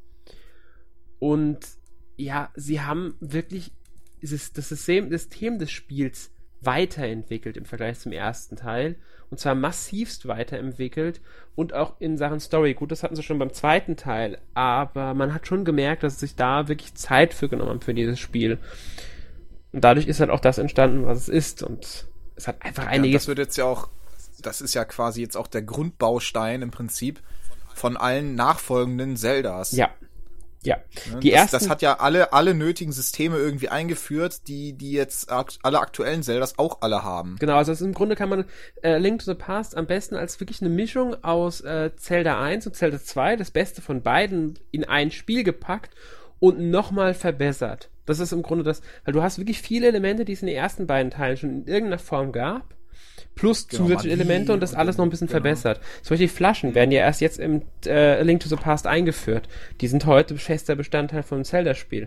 Und ja, sie haben wirklich das System des Spiels weiterentwickelt im Vergleich zum ersten Teil. Und zwar massivst weiterentwickelt und auch in Sachen Story. Gut, das hatten sie schon beim zweiten Teil, aber man hat schon gemerkt, dass sie sich da wirklich Zeit für genommen haben für dieses Spiel. Und dadurch ist halt auch das entstanden, was es ist. Und es hat einfach einiges... Das wird jetzt ja auch, das ist ja quasi jetzt auch der Grundbaustein im Prinzip von allen nachfolgenden Zeldas. Ja. Ja, das hat ja alle nötigen Systeme irgendwie eingeführt, die jetzt alle aktuellen Zeldas auch alle haben. Genau, also im Grunde kann man Link to the Past am besten als wirklich eine Mischung aus Zelda 1 und Zelda 2, das Beste von beiden, in ein Spiel gepackt und nochmal verbessert. Das ist im Grunde das, weil du hast wirklich viele Elemente, die es in den ersten beiden Teilen schon in irgendeiner Form gab, plus zusätzliche Elemente und das alles noch ein bisschen verbessert. Zum Beispiel die Flaschen werden ja erst jetzt im Link to the Past eingeführt. Die sind heute fester Bestandteil vom Zelda-Spiel.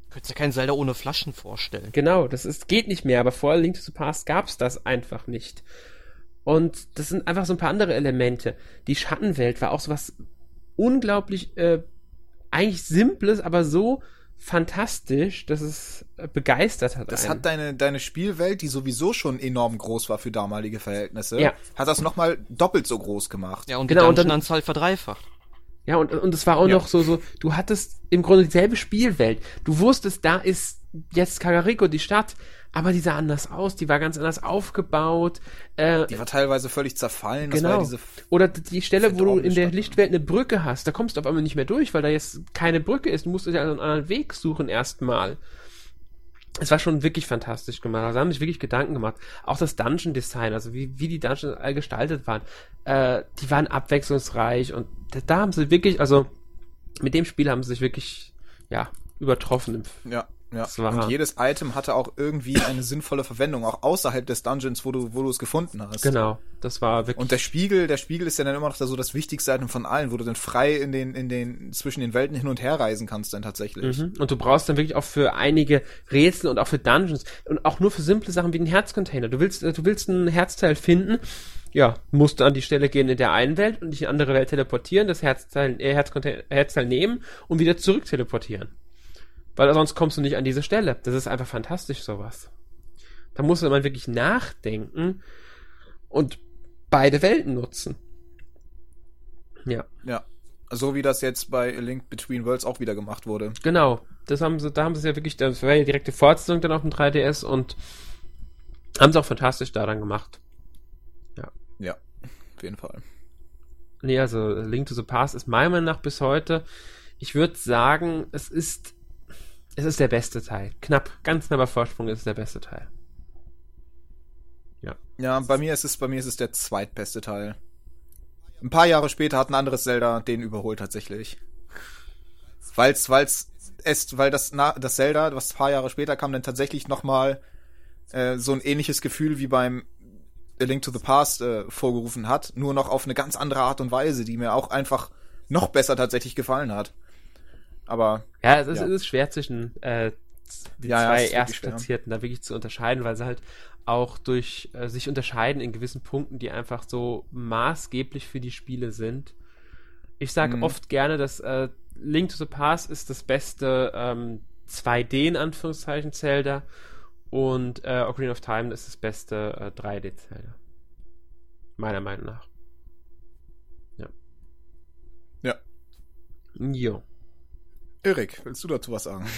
Könntest ja kein Zelda ohne Flaschen vorstellen. Genau, geht nicht mehr, aber vor Link to the Past gab's das einfach nicht. Und das sind einfach so ein paar andere Elemente. Die Schattenwelt war auch so was unglaublich, eigentlich Simples, aber so fantastisch, dass es begeistert hat. Das hat deine Spielwelt, die sowieso schon enorm groß war für damalige Verhältnisse, Ja. hat das nochmal doppelt so groß gemacht. Ja, und Genau, die und dann- Dungeon-Anzahl verdreifacht. Ja, und es war auch noch so, du hattest im Grunde dieselbe Spielwelt. Du wusstest, da ist jetzt Kakariko, die Stadt, aber die sah anders aus, die war ganz anders aufgebaut. Die war teilweise völlig zerfallen. Das war ja Genau. diese Oder die Stelle, wo du verdorbene in der Stadt. Lichtwelt eine Brücke hast, da kommst du auf einmal nicht mehr durch, weil da jetzt keine Brücke ist. Du musst ja einen anderen Weg suchen erstmal. Es war schon wirklich fantastisch gemacht. Also haben sich wirklich Gedanken gemacht. Auch das Dungeon Design, also wie die Dungeons all gestaltet waren, die waren abwechslungsreich und da haben sie wirklich, also mit dem Spiel haben sie sich wirklich, übertroffen. Ja. Das war- Und jedes Item hatte auch irgendwie eine sinnvolle Verwendung, auch außerhalb des Dungeons, wo du es gefunden hast. Genau, das war wirklich. Und der Spiegel ist ja dann immer noch so das wichtigste Item von allen, wo du dann frei zwischen den Welten hin und her reisen kannst dann tatsächlich. Und du brauchst dann wirklich auch für einige Rätsel und auch für Dungeons und auch nur für simple Sachen wie den Herzcontainer. Du willst ein Herzteil finden, musst du an die Stelle gehen in der einen Welt und dich in eine andere Welt teleportieren, das Herzteil nehmen und wieder zurück teleportieren. Weil sonst kommst du nicht an diese Stelle. Das ist einfach fantastisch, sowas. Da muss man wirklich nachdenken und beide Welten nutzen. Ja. Ja. So wie das jetzt bei A Link Between Worlds auch wieder gemacht wurde. Genau, da haben sie es ja wirklich, das war ja direkte Fortsetzung dann auf dem 3DS und haben sie auch fantastisch daran gemacht. Ja, auf jeden Fall. Nee, also Link to the Past ist meiner Meinung nach bis heute, ich würde sagen, es ist der beste Teil. Ganz knapper Vorsprung ist es der beste Teil. Ja, bei mir ist es der zweitbeste Teil. Ein paar Jahre später hat ein anderes Zelda den überholt tatsächlich. Weil das Zelda, was ein paar Jahre später kam, dann tatsächlich nochmal so ein ähnliches Gefühl wie beim A Link to the Past vorgerufen hat, nur noch auf eine ganz andere Art und Weise, die mir auch einfach noch besser tatsächlich gefallen hat. Aber Ja, es ist schwer zwischen die Ja, zwei es ist wirklich schwer. Erstplatzierten da wirklich zu unterscheiden, weil sie halt auch durch sich unterscheiden in gewissen Punkten, die einfach so maßgeblich für die Spiele sind. Ich sage oft gerne, dass Link to the Past ist das beste 2D in Anführungszeichen Zelda und Ocarina of Time ist das beste 3D Zelda. Meiner Meinung nach. ja. Jo. Erik, willst du dazu was sagen?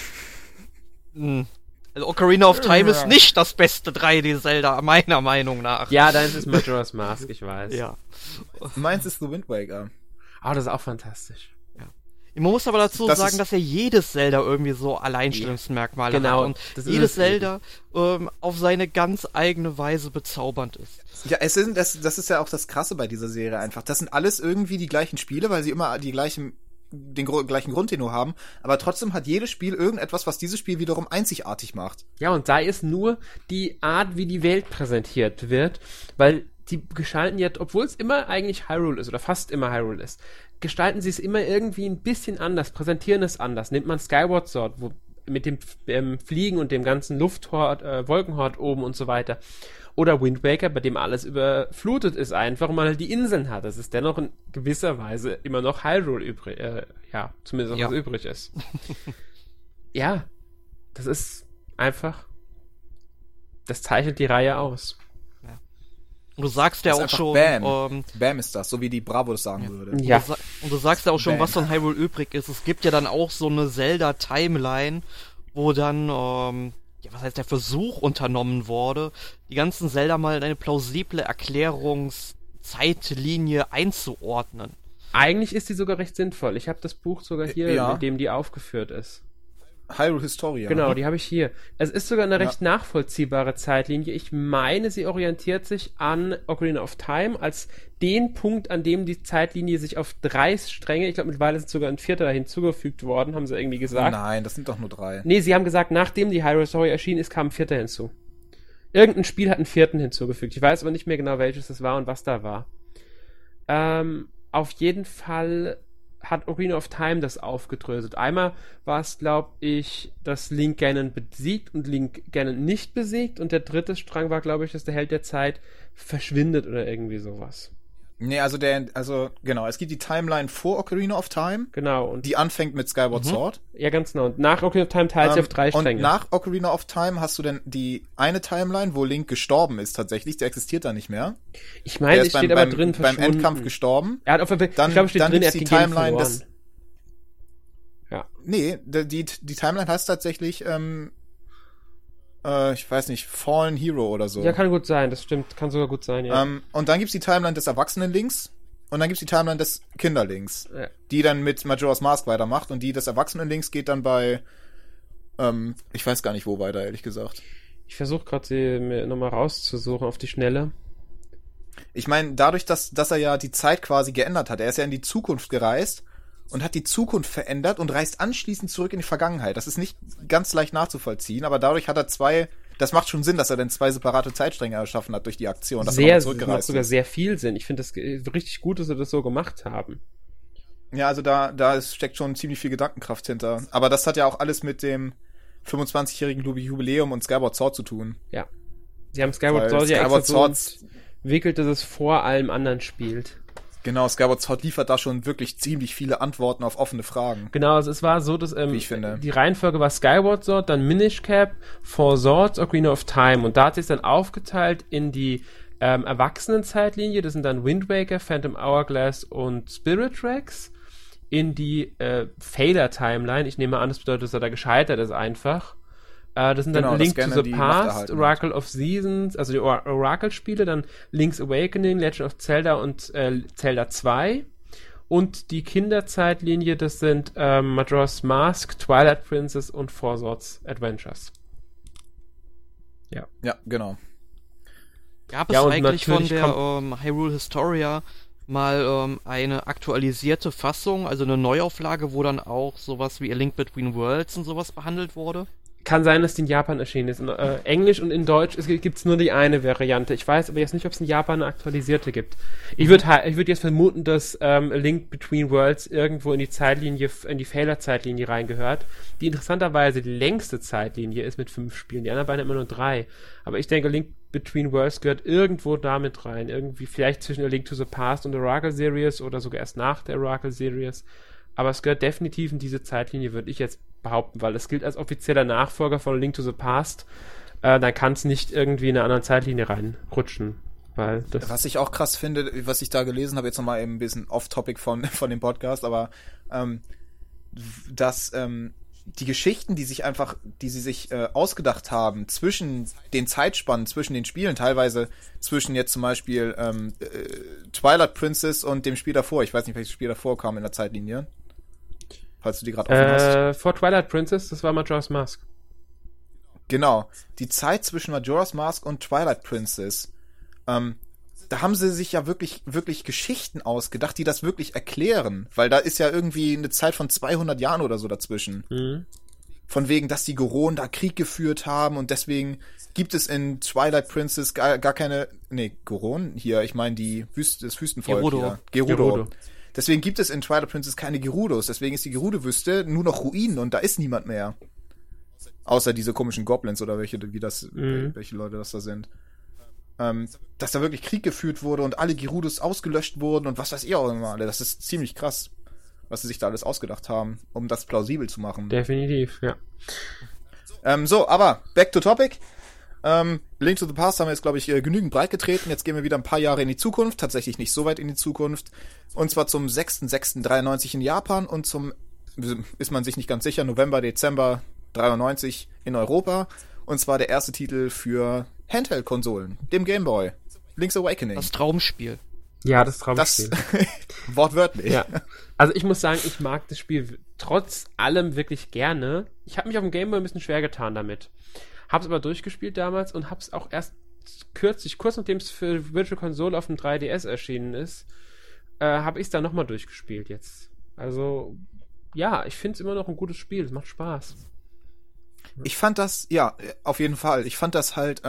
Also Ocarina of Time ist nicht das beste 3D-Zelda, meiner Meinung nach. Ja, deins ist Majora's Mask, ich weiß. Ja. Meins ist The Wind Waker. Aber das ist auch fantastisch. Man muss aber dazu Das sagen, ist- dass ja jedes Zelda irgendwie so Alleinstellungsmerkmale Genau, hat und das ist jedes es Zelda auf seine ganz eigene Weise bezaubernd ist. Ja, das ist ja auch das Krasse bei dieser Serie einfach. Das sind alles irgendwie die gleichen Spiele, weil sie immer den gleichen Grundtenor haben, aber trotzdem hat jedes Spiel irgendetwas, was dieses Spiel wiederum einzigartig macht. Ja, und sei es nur die Art, wie die Welt präsentiert wird, weil die gestalten ja, obwohl es immer eigentlich Hyrule ist, oder fast immer Hyrule ist, gestalten sie es immer irgendwie ein bisschen anders, präsentieren es anders. Nimmt man Skyward Sword, wo mit dem Fliegen und dem ganzen Lufthort, Wolkenhort oben und so weiter. Oder Wind Waker, bei dem alles überflutet ist einfach und man halt die Inseln hat. Das ist dennoch in gewisser Weise immer noch Hyrule übrig, zumindest was übrig ist. Ja, das ist einfach, das zeichnet die Reihe aus. Und du sagst ja Das ist auch einfach schon, Bam ist das, so wie die Bravo das sagen würde. Ja. und du sagst ja auch schon, Bam. was von Hyrule übrig ist. Es gibt ja dann auch so eine Zelda-Timeline, wo dann, was heißt der Versuch unternommen wurde, die ganzen Zelda mal in eine plausible Erklärungszeitlinie einzuordnen. Eigentlich ist die sogar recht sinnvoll. Ich habe das Buch sogar hier, Ja. mit dem die aufgeführt ist. Hyrule Historia. Genau, die habe ich hier. Es ist sogar eine recht nachvollziehbare Zeitlinie. Ich meine, sie orientiert sich an Ocarina of Time als den Punkt, an dem die Zeitlinie sich auf 3 Stränge, ich glaube mittlerweile ist sogar ein 4. hinzugefügt worden, haben sie irgendwie gesagt. Nein, das sind doch nur 3. Nee, sie haben gesagt, nachdem die Hyrule Story erschienen ist, kam ein 4. hinzu. Irgendein Spiel hat einen 4. hinzugefügt. Ich weiß aber nicht mehr genau, welches das war und was da war. Auf jeden Fall hat Ocarina of Time das aufgedröselt. Einmal war es, glaube ich, dass Link Ganon besiegt und Link Ganon nicht besiegt und der dritte Strang war, glaube ich, dass der Held der Zeit verschwindet oder irgendwie sowas. Nee, genau, es gibt die Timeline vor Ocarina of Time. Genau. Und die anfängt mit Skyward Sword. Ja, ganz genau. Und nach Ocarina of Time teilt sich auf 3 Stränge. Und nach Ocarina of Time hast du dann die eine Timeline, wo Link gestorben ist tatsächlich. Der existiert da nicht mehr. Ich meine, es steht aber drin, beim Endkampf gestorben. Er hat auf jeden Fall, ich glaube, steht drin, er hat die die Game Timeline verloren. Ja. Nee, die Timeline heißt tatsächlich, ich weiß nicht, Fallen Hero oder so. Ja, kann gut sein, das stimmt, kann sogar gut sein, ja. Und dann gibt's die Timeline des Erwachsenen-Links und dann gibt's die Timeline des Kinderlinks, die dann mit Majora's Mask weitermacht und die des Erwachsenen-Links geht dann bei, ich weiß gar nicht wo weiter, ehrlich gesagt. Ich versuche gerade sie mir nochmal rauszusuchen auf die Schnelle. Ich meine, dadurch, dass er ja die Zeit quasi geändert hat, er ist ja in die Zukunft gereist und hat die Zukunft verändert und reist anschließend zurück in die Vergangenheit. Das ist nicht ganz leicht nachzuvollziehen, aber dadurch hat er das macht schon Sinn, dass er dann 2 separate Zeitstränge erschaffen hat durch die Aktion. Das macht sogar sehr viel Sinn. Ich finde das richtig gut, dass sie das so gemacht haben. Ja, also steckt schon ziemlich viel Gedankenkraft hinter. Aber das hat ja auch alles mit dem 25-jährigen Jubiläum und Skyward Sword zu tun. Ja. Sie haben Skyward Sword ja extra so entwickelt, dass es vor allem anderen spielt. Genau, Skyward Sword liefert da schon wirklich ziemlich viele Antworten auf offene Fragen. Genau, also es war so, dass wie ich finde. Die Reihenfolge war Skyward Sword, dann Minish Cap, Four Swords, Ocarina of Time. Und da hat sich dann aufgeteilt in die Erwachsenen-Zeitlinie, das sind dann Wind Waker, Phantom Hourglass und Spirit Tracks. In die Failure-Timeline, ich nehme an, das bedeutet, dass er da gescheitert ist einfach. Das sind dann Link to the Past, Oracle of Seasons, also die Oracle-Spiele, dann Link's Awakening, Legend of Zelda und Zelda 2. Und die Kinderzeitlinie, das sind Majora's Mask, Twilight Princess und Four Swords Adventures. Ja. Ja, genau. Gab es eigentlich von der Hyrule Historia mal eine aktualisierte Fassung, also eine Neuauflage, wo dann auch sowas wie A Link Between Worlds und sowas behandelt wurde? Kann sein, dass die in Japan erschienen ist. In Englisch und in Deutsch gibt es nur die eine Variante. Ich weiß aber jetzt nicht, ob es in Japan eine aktualisierte gibt. Ich würd jetzt vermuten, dass A Link Between Worlds irgendwo in die Zeitlinie, in die Failure-Zeitlinie reingehört, die interessanterweise die längste Zeitlinie ist mit 5 Spielen. Die anderen beiden immer nur 3. Aber ich denke, Link Between Worlds gehört irgendwo damit rein. Irgendwie vielleicht zwischen A Link to the Past und der Oracle Series oder sogar erst nach der Oracle Series. Aber es gehört definitiv in diese Zeitlinie, würde ich jetzt behaupten, weil es gilt als offizieller Nachfolger von A Link to the Past. Dann kann es nicht irgendwie in eine andere Zeitlinie reinrutschen. Weil das was ich auch krass finde, was ich da gelesen habe, jetzt nochmal eben ein bisschen off-topic von dem Podcast, aber dass die Geschichten, die sie sich ausgedacht haben zwischen den Zeitspannen, zwischen den Spielen, teilweise zwischen jetzt zum Beispiel Twilight Princess und dem Spiel davor, ich weiß nicht, welches Spiel davor kam in der Zeitlinie, falls du die gerade offen hast. Vor Twilight Princess, das war Majora's Mask. Genau, die Zeit zwischen Majora's Mask und Twilight Princess, da haben sie sich ja wirklich, wirklich Geschichten ausgedacht, die das wirklich erklären. Weil da ist ja irgendwie eine Zeit von 200 Jahren oder so dazwischen. Mhm. Von wegen, dass die Goronen da Krieg geführt haben und deswegen gibt es in Twilight Princess gar keine... Nee, Goronen? Hier, ich meine das Wüstenvolk hier. Gerudo. Deswegen gibt es in Twilight Princess keine Gerudos. Deswegen ist die Gerudo-Wüste nur noch Ruinen und da ist niemand mehr. Außer diese komischen Goblins oder welche Leute das da sind. Dass da wirklich Krieg geführt wurde und alle Gerudos ausgelöscht wurden und was weiß ich auch immer. Das ist ziemlich krass, was sie sich da alles ausgedacht haben, um das plausibel zu machen. Definitiv, ja. So, aber back to topic. Link to the Past haben wir jetzt, glaube ich, genügend breit getreten. Jetzt gehen wir wieder ein paar Jahre in die Zukunft. Tatsächlich nicht so weit in die Zukunft. Und zwar zum 6.6.93 in Japan und ist man sich nicht ganz sicher, November, Dezember 93 in Europa. Und zwar der erste Titel für Handheld-Konsolen, dem Game Boy. Link's Awakening. Das Traumspiel. Ja, das Traumspiel. Wortwörtlich. Ja. Also ich muss sagen, ich mag das Spiel trotz allem wirklich gerne. Ich habe mich auf dem Game Boy ein bisschen schwer getan damit. Hab's aber durchgespielt damals und hab's auch erst kurz nachdem es für Virtual Console auf dem 3DS erschienen ist, habe ich es dann nochmal durchgespielt jetzt. Also, ja, ich finde es immer noch ein gutes Spiel. Es macht Spaß. Ich fand das, ja, auf jeden Fall. Ich fand das halt,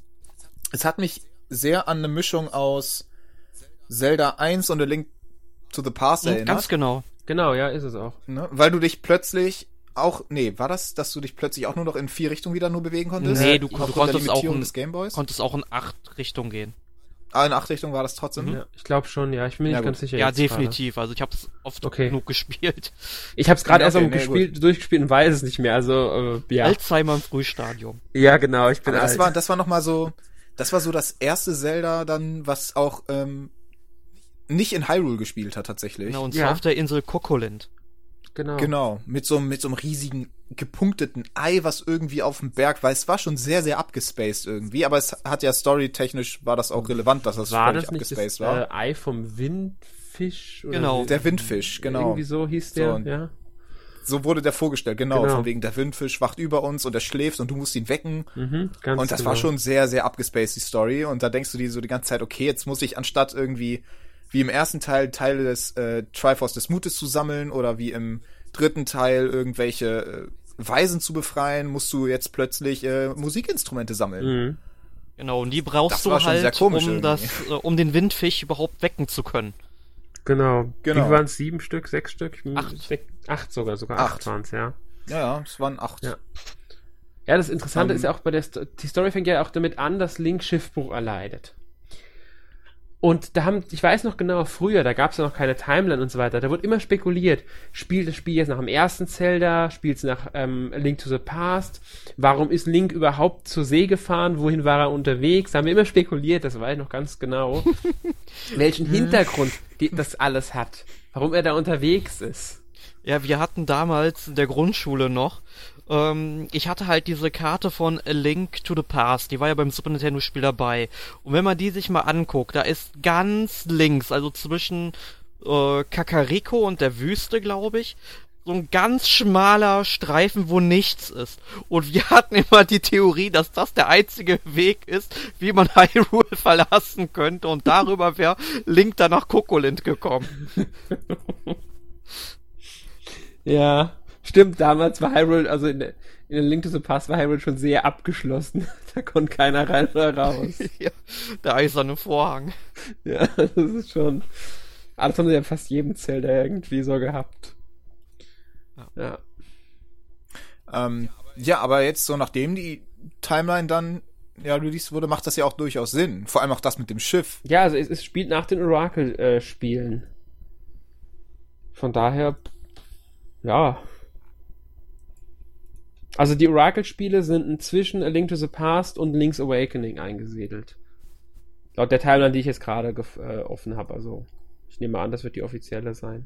es hat mich sehr an eine Mischung aus Zelda 1 und A Link to the Past erinnert. Ganz genau. Genau, ja, ist es auch. Ne? Weil du dich plötzlich war das, dass du dich plötzlich auch nur noch in 4 Richtungen wieder nur bewegen konntest? Nee, du Aufgrund konntest der auch Limitierung des Gameboys? konntest auch in 8 Richtungen gehen. In 8 Richtungen war das trotzdem? Ja, ich glaube schon, ja. Ich bin nicht ganz sicher. Ja, jetzt definitiv. Also ich habe es oft genug gespielt. Ich habe es gerade erst durchgespielt und weiß es nicht mehr. Also, ja. Alzheimer im Frühstadium. Ja, genau, ich bin alt. Das war nochmal so, das war so das erste Zelda dann, was auch nicht in Hyrule gespielt hat tatsächlich. Genau, und zwar auf der Insel Kokolint. Genau, mit so einem riesigen gepunkteten Ei, was irgendwie auf dem Berg war. Es war schon sehr, sehr abgespaced irgendwie, aber es hat ja storytechnisch war das auch relevant, dass das völlig abgespaced war. War das nicht das Ei vom Windfisch? Oder genau. Der Windfisch, genau. Irgendwie so hieß der, ja. So wurde der vorgestellt, genau. Von wegen der Windfisch wacht über uns und er schläft und du musst ihn wecken. Ganz und das war schon sehr, sehr abgespaced, die Story. Und da denkst du dir so die ganze Zeit, okay, jetzt muss ich anstatt irgendwie wie im ersten Teil Teile des Triforce des Mutes zu sammeln oder wie im dritten Teil irgendwelche Weisen zu befreien, musst du jetzt plötzlich Musikinstrumente sammeln. Genau, und die brauchst du halt, um den Windfisch überhaupt wecken zu können. Genau. Wie waren es? 7 Stück, 6 Stück? 8 sogar 8 waren es, ja. Ja, es waren 8. Ja, das Interessante ist ja auch die Story fängt ja auch damit an, dass Link Schiffbruch erleidet. Und ich weiß noch genau, früher, da gab es ja noch keine Timeline und so weiter, da wurde immer spekuliert, spielt das Spiel jetzt nach dem ersten Zelda, spielt es nach Link to the Past, warum ist Link überhaupt zur See gefahren, wohin war er unterwegs, da haben wir immer spekuliert, das weiß ich noch ganz genau, welchen Hintergrund das alles hat, warum er da unterwegs ist. Ja, wir hatten damals in der Grundschule noch, ich hatte halt diese Karte von A Link to the Past, die war ja beim Super Nintendo Spiel dabei. Und wenn man die sich mal anguckt, da ist ganz links, also zwischen Kakariko und der Wüste, glaube ich, so ein ganz schmaler Streifen, wo nichts ist. Und wir hatten immer die Theorie, dass das der einzige Weg ist, wie man Hyrule verlassen könnte. Und darüber wäre Link dann nach Kokolint gekommen. Ja, stimmt, damals war Hyrule, also in der Link to the Past war Hyrule schon sehr abgeschlossen. Da konnte keiner rein oder raus. Ja, der eiserne Vorhang. Ja, das ist schon... Alles haben sie ja fast jedem Zelda irgendwie so gehabt. Ja. Ja, aber jetzt so nachdem die Timeline dann released wurde, macht das ja auch durchaus Sinn. Vor allem auch das mit dem Schiff. Ja, also es spielt nach den Oracle-Spielen. Von daher... Ja. Also die Oracle-Spiele sind inzwischen A Link to the Past und Link's Awakening eingesiedelt. Laut der Timeline, die ich jetzt gerade offen habe. Also ich nehme an, das wird die offizielle sein.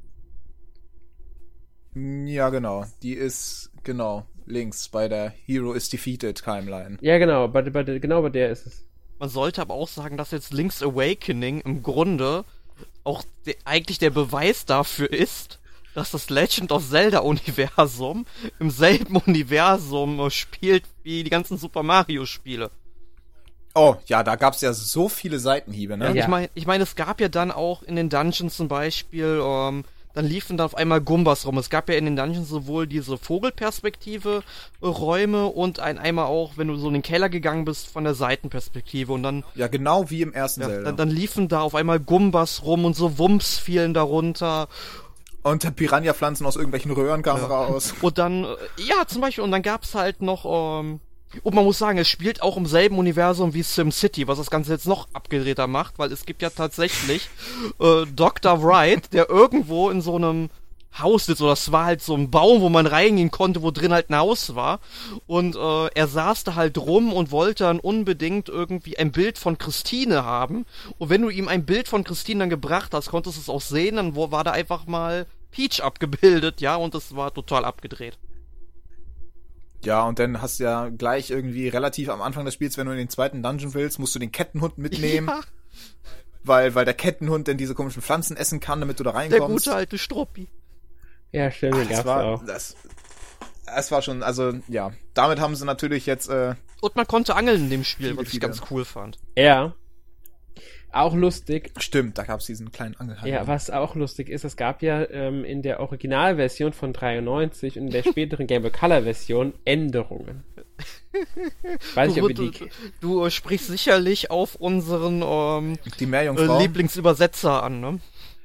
Ja, genau. Die ist, links bei der Hero is Defeated Timeline. Ja, genau. Bei der ist es. Man sollte aber auch sagen, dass jetzt Link's Awakening im Grunde auch eigentlich der Beweis dafür ist, dass das Legend of Zelda-Universum im selben Universum spielt wie die ganzen Super Mario-Spiele. Oh, ja, da gab's ja so viele Seitenhiebe, ne? Ja. Ich meine, es gab ja dann auch in den Dungeons zum Beispiel, dann liefen da auf einmal Gumbas rum. Es gab ja in den Dungeons sowohl diese Vogelperspektive Räume und einmal auch, wenn du so in den Keller gegangen bist, von der Seitenperspektive und dann... Ja, genau wie im ersten Zelda. Dann liefen da auf einmal Gumbas rum und so Wumps fielen darunter. Und Piranha-Pflanzen aus irgendwelchen Röhren kamen raus. Und dann, zum Beispiel, und dann gab's halt noch, und man muss sagen, es spielt auch im selben Universum wie SimCity, was das Ganze jetzt noch abgedrehter macht, weil es gibt ja tatsächlich Dr. Wright, der irgendwo in so einem Haus sitzt, oder es war halt so ein Baum, wo man reingehen konnte, wo drin halt ein Haus war. Und er saß da halt rum und wollte dann unbedingt irgendwie ein Bild von Christine haben. Und wenn du ihm ein Bild von Christine dann gebracht hast, konntest du es auch sehen, dann war da einfach mal Peach abgebildet, ja, und das war total abgedreht. Ja, und dann hast du ja gleich irgendwie relativ am Anfang des Spiels, wenn du in den zweiten Dungeon willst, musst du den Kettenhund mitnehmen. Ja. Weil der Kettenhund dann diese komischen Pflanzen essen kann, damit du da reinkommst. Der gute alte Struppi. Ja, stimmt, gab's auch. Das war schon, also, ja. Damit haben sie natürlich jetzt, und man konnte angeln in dem Spiel, was ich ganz cool fand. Ja. Auch lustig. Stimmt, da gab's diesen kleinen Angelhaken. Ja, was auch lustig ist, es gab ja in der Originalversion von 93 und in der späteren Game Boy Color Version Änderungen. Weiß ich, ob du sprichst sicherlich auf unseren die Meerjungfrau Lieblingsübersetzer an, ne?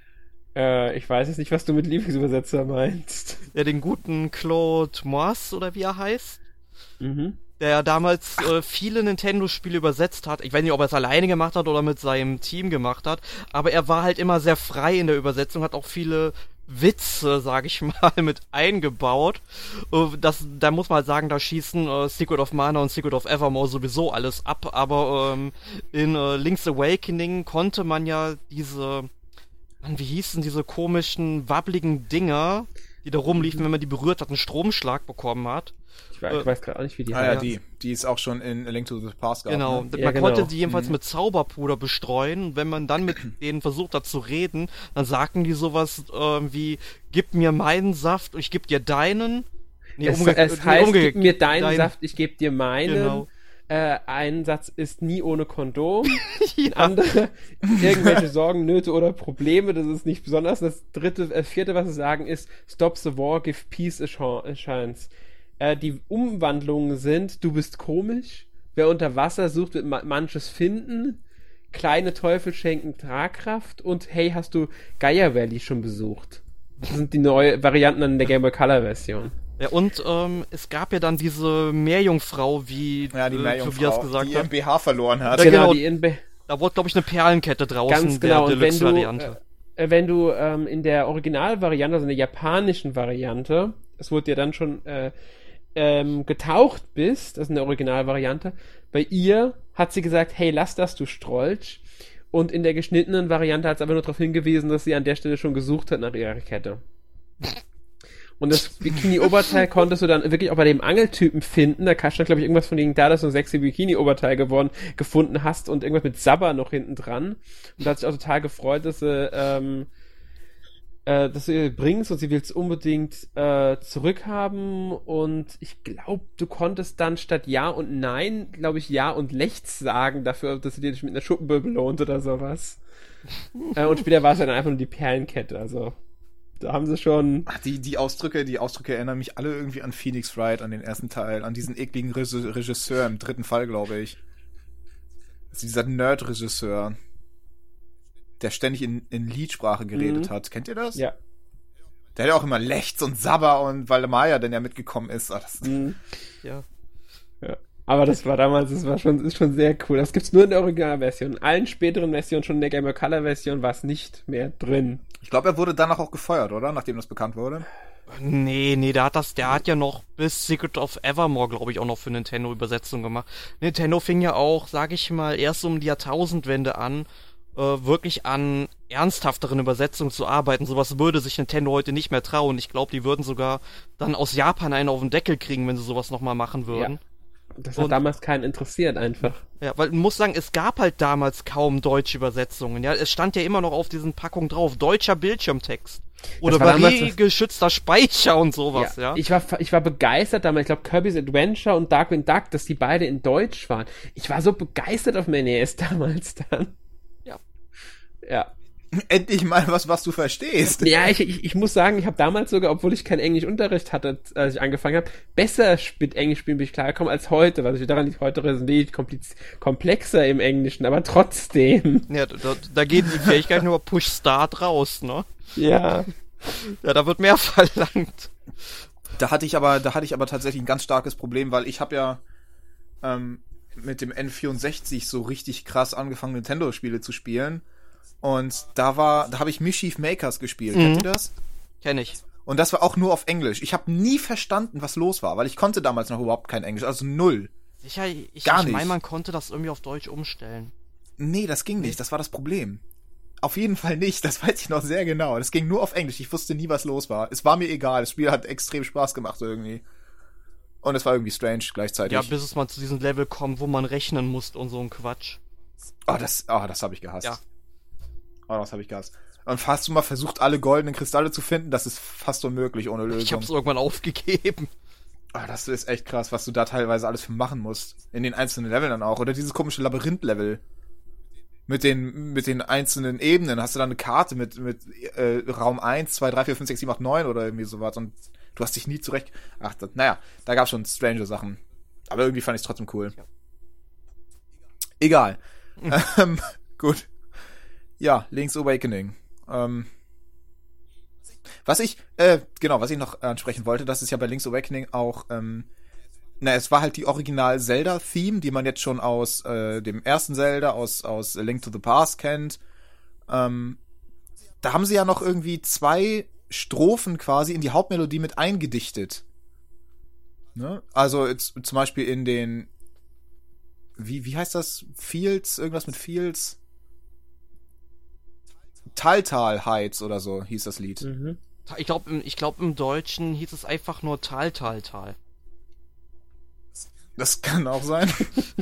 Ich weiß jetzt nicht, was du mit Lieblingsübersetzer meinst. Ja, den guten Claude Moss, oder wie er heißt. Mhm. Der ja damals viele Nintendo-Spiele übersetzt hat. Ich weiß nicht, ob er es alleine gemacht hat oder mit seinem Team gemacht hat, aber er war halt immer sehr frei in der Übersetzung, hat auch viele Witze, sag ich mal, mit eingebaut. Da muss man halt sagen, da schießen Secret of Mana und Secret of Evermore sowieso alles ab, aber in Link's Awakening konnte man ja diese, wie hießen diese komischen, wabbligen Dinger, die da rumliefen, wenn man die berührt hat, einen Stromschlag bekommen hat. Ich weiß gerade auch nicht, wie die heißt. Ja, die ist auch schon in A Link to the Past gehabt. Genau, ne? man konnte die jedenfalls mit Zauberpuder bestreuen. Und wenn man dann mit denen versucht hat zu reden, dann sagten die sowas wie, gib mir meinen Saft, ich geb dir deinen. Nee, es heißt, gib mir deinen Saft, ich geb dir meinen. Genau. Ein Satz ist nie ohne Kondom. Ja. Andere, irgendwelche Sorgen, Nöte oder Probleme, das ist nicht besonders. Das vierte, was sie sagen, ist Stop the war, give peace a chance. Die Umwandlungen sind, du bist komisch, wer unter Wasser sucht, wird manches finden, kleine Teufel schenken Tragkraft und hey, hast du Gaia Valley schon besucht? Das sind die neuen Varianten in der Game Boy Color Version. Ja, und es gab ja dann diese Meerjungfrau, wie Tobias gesagt hat. Die ihren BH verloren hat. Ja, genau, da wurde, glaube ich, eine Perlenkette draußen, ganz genau. der Deluxe-Variante. Wenn du in der Originalvariante, also in der japanischen Variante, es wurde ja dann schon getaucht bist, das ist eine Originalvariante, bei ihr hat sie gesagt, hey, lass das, du Strolch. Und in der geschnittenen Variante hat sie aber nur darauf hingewiesen, dass sie an der Stelle schon gesucht hat nach ihrer Kette. Und das Bikini-Oberteil konntest du dann wirklich auch bei dem Angeltypen finden. Da stand, glaube ich, irgendwas von denen da, dass du ein sexy Bikini-Oberteil gefunden hast und irgendwas mit Sabber noch hinten dran. Und da hat sich auch total gefreut, dass du ihr bringst und sie will es unbedingt zurückhaben. Und ich glaube, du konntest dann statt Ja und Nein, glaube ich, Ja und Lechts sagen dafür, dass sie dir dich mit einer Schuppenbüll belohnt oder sowas. Und später war es dann einfach nur die Perlenkette, also da haben sie schon... Ach, die Ausdrücke erinnern mich alle irgendwie an Phoenix Wright, an den ersten Teil, an diesen ekligen Regisseur im dritten Fall, glaube ich. Also dieser Nerd-Regisseur, der ständig in Liedsprache geredet hat. Kennt ihr das? Ja. Der hat ja auch immer Lechts und Sabber und weil der Maya dann ja mitgekommen ist. Ja. Aber das ist schon sehr cool. Das gibt's nur in der Originalversion. In allen späteren Versionen, schon in der Game Boy Color Version, war es nicht mehr drin. Ich glaube, er wurde danach auch gefeuert, oder? Nachdem das bekannt wurde. Nee, der hat ja noch bis Secret of Evermore, glaube ich, auch noch für Nintendo Übersetzung gemacht. Nintendo fing ja auch, sag ich mal, erst um die Jahrtausendwende an, wirklich an ernsthafteren Übersetzungen zu arbeiten. Sowas würde sich Nintendo heute nicht mehr trauen. Ich glaube, die würden sogar dann aus Japan einen auf den Deckel kriegen, wenn sie sowas nochmal machen würden. Ja. Das hat damals keinen interessiert einfach. Ja, weil man muss sagen, es gab halt damals kaum deutsche Übersetzungen. Ja, es stand ja immer noch auf diesen Packungen drauf, deutscher Bildschirmtext. Oder barriergeschützter Speicher und sowas, ja. Ich war begeistert damals, ich glaube Kirby's Adventure und Darkwing Duck, dass die beide in Deutsch waren. Ich war so begeistert auf dem NES damals dann. Ja. Endlich mal was du verstehst. Ja, ich muss sagen, ich habe damals sogar, obwohl ich keinen Englischunterricht hatte, als ich angefangen habe, besser mit Englisch spielen bin ich klargekommen als heute, was ich daran nicht heute sind die komplexer im Englischen, aber trotzdem. Ja, da geht die Fähigkeit nur Push Start raus, ne? Ja. Ja, da wird mehr verlangt. Da hatte ich aber tatsächlich ein ganz starkes Problem, weil ich habe ja mit dem N64 so richtig krass angefangen, Nintendo-Spiele zu spielen. Und da habe ich Mischief Makers gespielt. Kennt ihr das? Kenn ich. Und das war auch nur auf Englisch. Ich habe nie verstanden, was los war, weil ich konnte damals noch überhaupt kein Englisch, also null. Sicher, ich meine, man konnte das irgendwie auf Deutsch umstellen. Nee, das ging nicht, das war das Problem. Auf jeden Fall nicht, das weiß ich noch sehr genau. Das ging nur auf Englisch, ich wusste nie, was los war. Es war mir egal, das Spiel hat extrem Spaß gemacht irgendwie. Und es war irgendwie strange gleichzeitig. Ja, bis es mal zu diesem Level kommt, wo man rechnen muss und so ein Quatsch. Das habe ich gehasst. Ja. Das habe ich gehasst. Und hast du mal versucht, alle goldenen Kristalle zu finden? Das ist fast unmöglich ohne Lösung. Ich hab's irgendwann aufgegeben. Das ist echt krass, was du da teilweise alles für machen musst. In den einzelnen Leveln dann auch. Oder dieses komische Labyrinth-Level. Mit den einzelnen Ebenen. Hast du da eine Karte mit Raum 1, 2, 3, 4, 5, 6, 7, 8, 9 oder irgendwie sowas. Und du hast dich nie zurecht... da gab's schon strange Sachen. Aber irgendwie fand ich's trotzdem cool. Ja. Egal. Gut. Ja, Link's Awakening. Was ich noch ansprechen wollte, das ist ja bei Link's Awakening auch, es war halt die Original-Zelda-Theme, die man jetzt schon aus dem ersten Zelda, aus A Link to the Past kennt. Da haben sie ja noch irgendwie 2 Strophen quasi in die Hauptmelodie mit eingedichtet. Ne? Also jetzt, zum Beispiel in den wie heißt das? Fields? Irgendwas mit Fields? Taltal Heights oder so hieß das Lied. Mhm. Ich glaube im Deutschen hieß es einfach nur Tal. Das kann auch sein.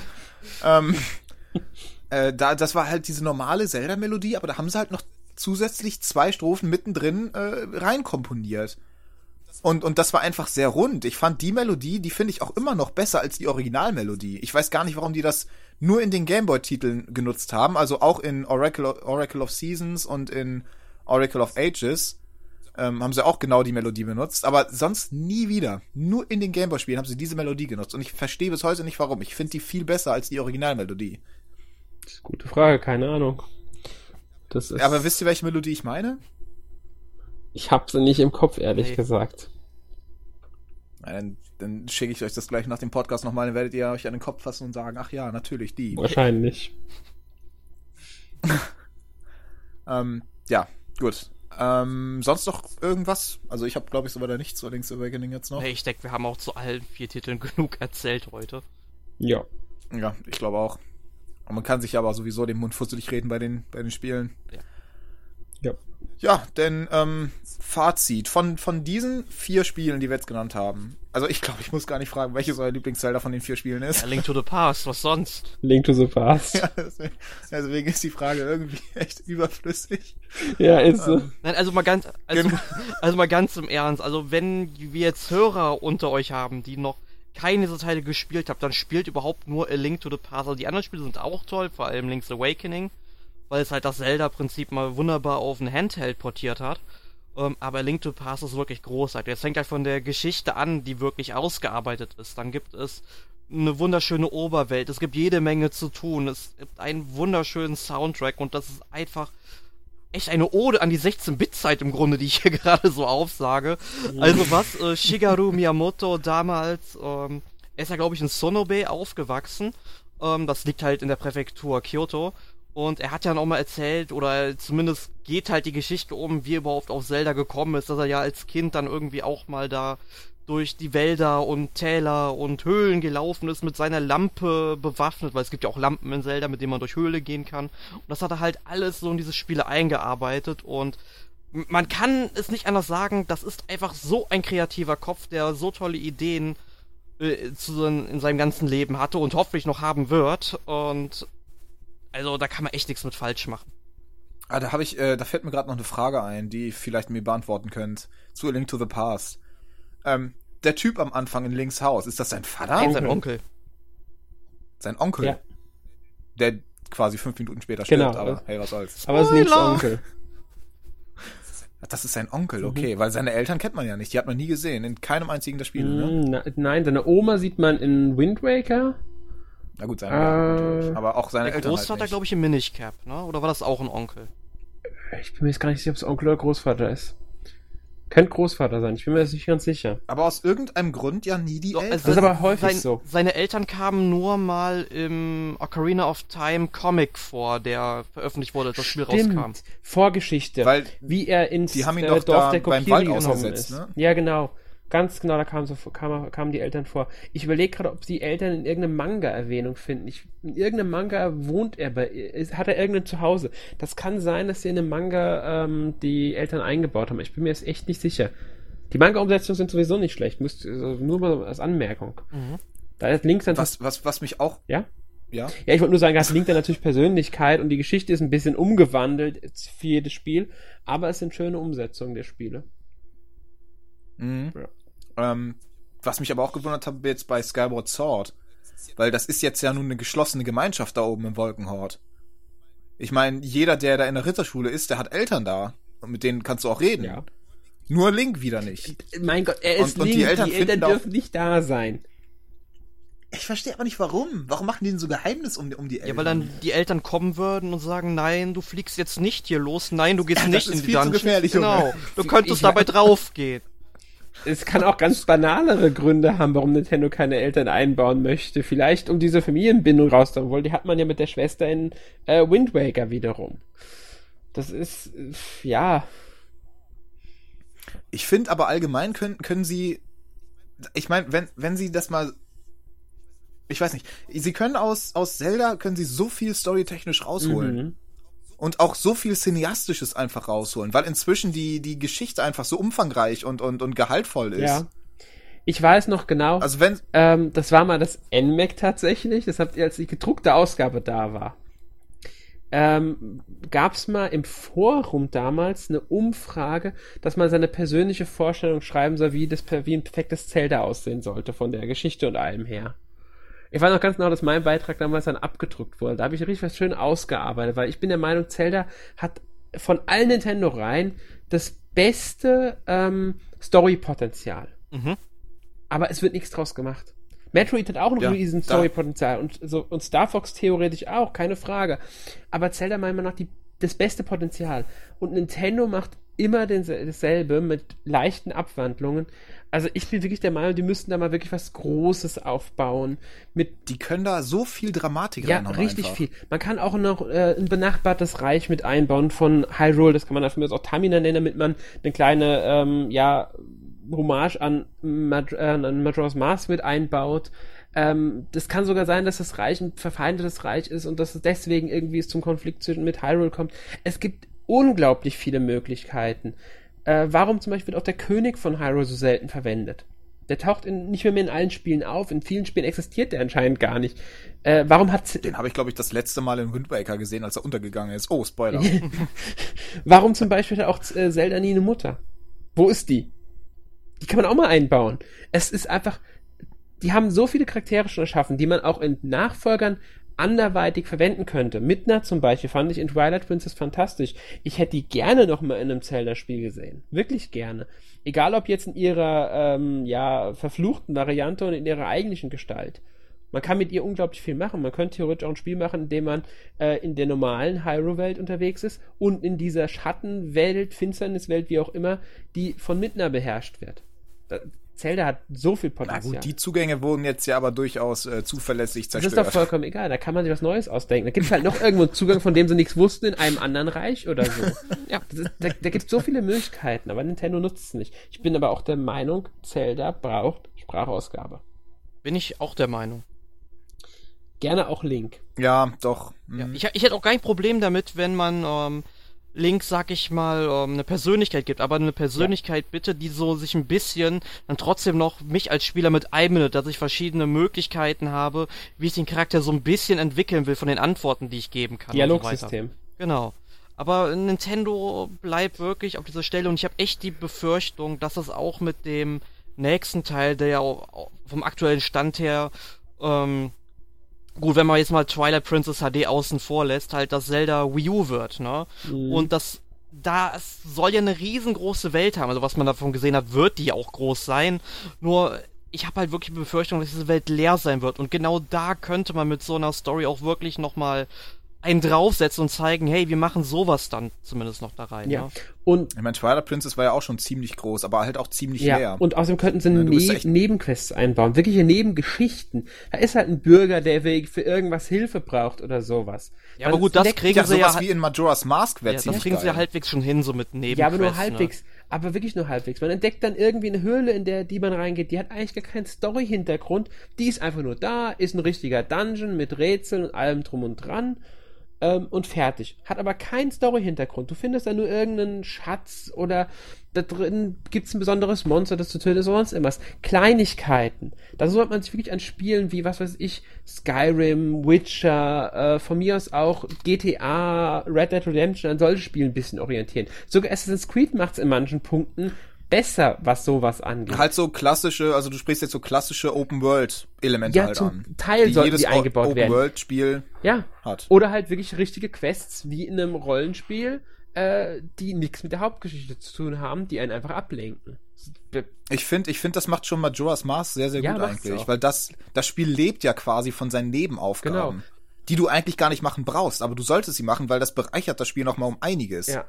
Das war halt diese normale Zelda-Melodie, aber da haben sie halt noch zusätzlich 2 Strophen mittendrin reinkomponiert. Und das war einfach sehr rund. Ich fand die Melodie, die finde ich auch immer noch besser als die Originalmelodie. Ich weiß gar nicht, warum die das nur in den Gameboy-Titeln genutzt haben, also auch in Oracle of Seasons und in Oracle of Ages haben sie auch genau die Melodie benutzt, aber sonst nie wieder. Nur in den Gameboy-Spielen haben sie diese Melodie genutzt und ich verstehe bis heute nicht, warum. Ich finde die viel besser als die Originalmelodie. Das ist eine gute Frage, keine Ahnung. Aber wisst ihr, welche Melodie ich meine? Ich hab sie nicht im Kopf, ehrlich gesagt. Dann schicke ich euch das gleich nach dem Podcast nochmal, dann werdet ihr euch an den Kopf fassen und sagen, ach ja, natürlich die. Wahrscheinlich. Ja, gut. Sonst noch irgendwas? Also ich habe, glaube ich, so weiter nichts zu Link's Awakening jetzt noch. Nee, ich denke, wir haben auch zu allen 4 Titeln genug erzählt heute. Ja. Ja, ich glaube auch. Und man kann sich aber sowieso den Mund fusselig reden bei den Spielen. Ja. Ja, denn Fazit von diesen 4 Spielen, die wir jetzt genannt haben. Also ich glaube, ich muss gar nicht fragen, welches euer Lieblings-Zelda von den 4 Spielen ist. Ja, Link to the Past, was sonst? Link to the Past. Ja, deswegen ist die Frage irgendwie echt überflüssig. Ja, ist so. Nein, also mal ganz im Ernst. Also wenn wir jetzt Hörer unter euch haben, die noch keine dieser Teile gespielt haben, dann spielt überhaupt nur A Link to the Past. Also die anderen Spiele sind auch toll, vor allem Link's Awakening, weil es halt das Zelda-Prinzip mal wunderbar auf ein Handheld portiert hat. Aber Link to the Past ist wirklich großartig. Es fängt halt von der Geschichte an, die wirklich ausgearbeitet ist. Dann gibt es eine wunderschöne Oberwelt. Es gibt jede Menge zu tun. Es gibt einen wunderschönen Soundtrack und das ist einfach echt eine Ode an die 16-Bit-Zeit im Grunde, die ich hier gerade so aufsage. Also was Shigeru Miyamoto damals, er ist ja glaube ich in Sonobe aufgewachsen. Das liegt halt in der Präfektur Kyoto. Und er hat ja noch mal erzählt, oder zumindest geht halt die Geschichte wie er überhaupt auf Zelda gekommen ist, dass er ja als Kind dann irgendwie auch mal da durch die Wälder und Täler und Höhlen gelaufen ist, mit seiner Lampe bewaffnet, weil es gibt ja auch Lampen in Zelda, mit denen man durch Höhle gehen kann. Und das hat er halt alles so in diese Spiele eingearbeitet und man kann es nicht anders sagen, das ist einfach so ein kreativer Kopf, der so tolle Ideen in seinem ganzen Leben hatte und hoffentlich noch haben wird. Und also da kann man echt nichts mit falsch machen. Da fällt mir gerade noch eine Frage ein, die ihr vielleicht mir beantworten könnt. Zu A Link to the Past. Der Typ am Anfang in Links Haus, ist das sein Vater? Nein, sein Onkel. Sein Onkel? Ja. Der quasi 5 Minuten später stirbt, Genau. aber hey, was soll's. Aber es ist Links Onkel. Das ist sein Onkel, okay, weil seine Eltern kennt man ja nicht, die hat man nie gesehen, in keinem einzigen der Spiele, ne? Nein, seine Oma sieht man in Wind Waker. Na gut, seine Eltern natürlich, aber auch seine Der Eltern Großvater, halt glaube ich, im Minish Cap, ne? Oder war das auch ein Onkel? Ich bin mir jetzt gar nicht sicher, ob es Onkel oder Großvater ist. Könnte Großvater sein, ich bin mir jetzt nicht ganz sicher. Aber aus irgendeinem Grund ja nie die Eltern. Das ist aber häufig so. Seine Eltern kamen nur mal im Ocarina of Time Comic vor, der veröffentlicht wurde, als das Spiel rauskam. Vorgeschichte. Weil wie er ins die haben ihn doch Dorf da der beim Kokiri Wald gekommen ausgesetzt, ist. ne? Ja, genau. Ganz genau, da kamen die Eltern vor. Ich überlege gerade, ob die Eltern in irgendeinem Manga Erwähnung finden. In irgendeinem Manga wohnt er hat er irgendein Zuhause. Das kann sein, dass sie in einem Manga die Eltern eingebaut haben. Ich bin mir jetzt echt nicht sicher. Die Manga-Umsetzungen sind sowieso nicht schlecht. Nur mal als Anmerkung. Mhm. Da ist Links dann... Was mich auch... Ja? Ja? Ja, ich wollte nur sagen, da hat Link dann natürlich Persönlichkeit und die Geschichte ist ein bisschen umgewandelt für jedes Spiel, aber es sind schöne Umsetzungen der Spiele. Mhm. Ja. Was mich aber auch gewundert hat jetzt bei Skyward Sword, weil das ist jetzt ja nun eine geschlossene Gemeinschaft da oben im Wolkenhort. Ich meine, jeder, der da in der Ritterschule ist, der hat Eltern da und mit denen kannst du auch reden. Ja. Nur Link wieder nicht. Mein Gott, er ist und Link, die Eltern dürfen nicht da sein. Ich verstehe aber nicht, warum. Warum machen die denn so Geheimnis um die Eltern? Ja, weil dann die Eltern kommen würden und sagen, nein, du fliegst jetzt nicht hier los, nein, du gehst nicht in die Dungeon. Gefährlich, genau, Junge. du könntest dabei draufgehen. Es kann auch ganz banalere Gründe haben, warum Nintendo keine Eltern einbauen möchte. Vielleicht um diese Familienbindung rauszuholen, weil die hat man ja mit der Schwester in Wind Waker wiederum. Das ist, ja. Ich finde aber allgemein können sie, ich meine, wenn sie das mal, ich weiß nicht, sie können aus Zelda, können sie so viel storytechnisch rausholen. Mhm. Und auch so viel Cineastisches einfach rausholen, weil inzwischen die Geschichte einfach so umfangreich und gehaltvoll ist. Ja. Ich weiß noch genau, Also wenn, das war mal das NMAC tatsächlich, das habt ihr, als die gedruckte Ausgabe da war. Gab's mal im Forum damals eine Umfrage, dass man seine persönliche Vorstellung schreiben soll, wie ein perfektes Zelda aussehen sollte, von der Geschichte und allem her. Ich weiß noch ganz genau, dass mein Beitrag damals dann abgedruckt wurde. Da habe ich richtig was schön ausgearbeitet, weil ich bin der Meinung, Zelda hat von allen Nintendo-Reihen das beste Story-Potenzial. Mhm. Aber es wird nichts draus gemacht. Metroid hat auch ein riesen Story-Potenzial und Star Fox theoretisch auch, keine Frage. Aber Zelda meiner Meinung nach das beste Potenzial. Und Nintendo macht immer dasselbe mit leichten Abwandlungen. Also ich bin wirklich der Meinung, die müssten da mal wirklich was Großes aufbauen. Die können da so viel Dramatik ja, reinhauen. Richtig einfach. viel. Man kann auch noch ein benachbartes Reich mit einbauen von Hyrule. Das kann man dafür auch Tamina nennen, damit man eine kleine, Hommage an Majora's Mask mit einbaut. Das kann sogar sein, dass das Reich ein verfeindetes Reich ist und dass es deswegen irgendwie zum Konflikt mit Hyrule kommt. Es gibt unglaublich viele Möglichkeiten. Warum zum Beispiel wird auch der König von Hyrule so selten verwendet? Der taucht nicht mehr in allen Spielen auf. In vielen Spielen existiert der anscheinend gar nicht. Warum hat Den habe ich, glaube ich, das letzte Mal in Wind Waker gesehen, als er untergegangen ist. Oh, Spoiler. Warum zum Beispiel hat auch Zelda nie eine Mutter? Wo ist die? Die kann man auch mal einbauen. Es ist einfach, die haben so viele Charaktere schon erschaffen, die man auch in Nachfolgern anderweitig verwenden könnte. Midna zum Beispiel fand ich in Twilight Princess fantastisch. Ich hätte die gerne noch mal in einem Zelda-Spiel gesehen. Wirklich gerne. Egal ob jetzt in ihrer verfluchten Variante oder in ihrer eigentlichen Gestalt. Man kann mit ihr unglaublich viel machen. Man könnte theoretisch auch ein Spiel machen, in dem man in der normalen Hyrule-Welt unterwegs ist und in dieser Schattenwelt, Finsterniswelt, wie auch immer, die von Midna beherrscht wird. Zelda hat so viel Potenzial. Na gut, die Zugänge wurden jetzt ja aber durchaus zuverlässig zerstört. Das ist doch vollkommen egal, da kann man sich was Neues ausdenken. Da gibt es halt noch irgendwo einen Zugang, von dem sie nichts wussten, in einem anderen Reich oder so. Ja, da gibt es so viele Möglichkeiten, aber Nintendo nutzt es nicht. Ich bin aber auch der Meinung, Zelda braucht Sprachausgabe. Bin ich auch der Meinung. Gerne auch Link. Ja, doch. Ja, ich hätte auch kein Problem damit, wenn man Link, sag ich mal, eine Persönlichkeit gibt, aber eine Persönlichkeit bitte, die so sich ein bisschen dann trotzdem noch mich als Spieler mit einbindet, dass ich verschiedene Möglichkeiten habe, wie ich den Charakter so ein bisschen entwickeln will von den Antworten, die ich geben kann. Dialogsystem. Und so weiter. Genau. Aber Nintendo bleibt wirklich auf dieser Stelle und ich habe echt die Befürchtung, dass es auch mit dem nächsten Teil, der ja auch vom aktuellen Stand her gut, wenn man jetzt mal Twilight Princess HD außen vor lässt, halt das Zelda Wii U wird, ne? Mhm. Und es soll ja eine riesengroße Welt haben, also was man davon gesehen hat, wird die auch groß sein, nur ich habe halt wirklich die Befürchtung, dass diese Welt leer sein wird und genau da könnte man mit so einer Story auch wirklich nochmal einen draufsetzen und zeigen, hey, wir machen sowas dann zumindest noch da rein. Ja. Ne? Und ich meine, Twilight Princess war ja auch schon ziemlich groß, aber halt auch ziemlich leer. Und außerdem könnten sie Nebenquests einbauen, wirkliche Nebengeschichten. Da ist halt ein Bürger, der für irgendwas Hilfe braucht oder sowas. Ja, aber gut, das kriegen sie sowas wie in Majora's Mask wäre das kriegen sie ja halbwegs schon hin, so mit Nebenquests. Ja, aber nur halbwegs. Ne? Aber wirklich nur halbwegs. Man entdeckt dann irgendwie eine Höhle, in die man reingeht, die hat eigentlich gar keinen Story-Hintergrund. Die ist einfach nur da, ist ein richtiger Dungeon mit Rätseln und allem drum und dran. Und fertig. Hat aber keinen Story-Hintergrund. Du findest da nur irgendeinen Schatz oder da drin gibt's ein besonderes Monster, das du tötest oder sonst irgendwas. Kleinigkeiten. Da sollte man sich wirklich an Spielen wie, was weiß ich, Skyrim, Witcher, von mir aus auch GTA, Red Dead Redemption, an solche Spielen ein bisschen orientieren. Sogar Assassin's Creed macht's in manchen Punkten besser, was sowas angeht. Halt so klassische, also du sprichst jetzt so klassische Open-World-Elemente ja, halt zum an. Teil sollten die eingebaut werden. Open-World-Spiel hat. Oder halt wirklich richtige Quests, wie in einem Rollenspiel, die nichts mit der Hauptgeschichte zu tun haben, die einen einfach ablenken. Ich finde, das macht schon Majora's Mask sehr, sehr gut eigentlich, weil das Spiel lebt ja quasi von seinen Nebenaufgaben, die du eigentlich gar nicht machen brauchst, aber du solltest sie machen, weil das bereichert das Spiel noch mal um einiges. Ja.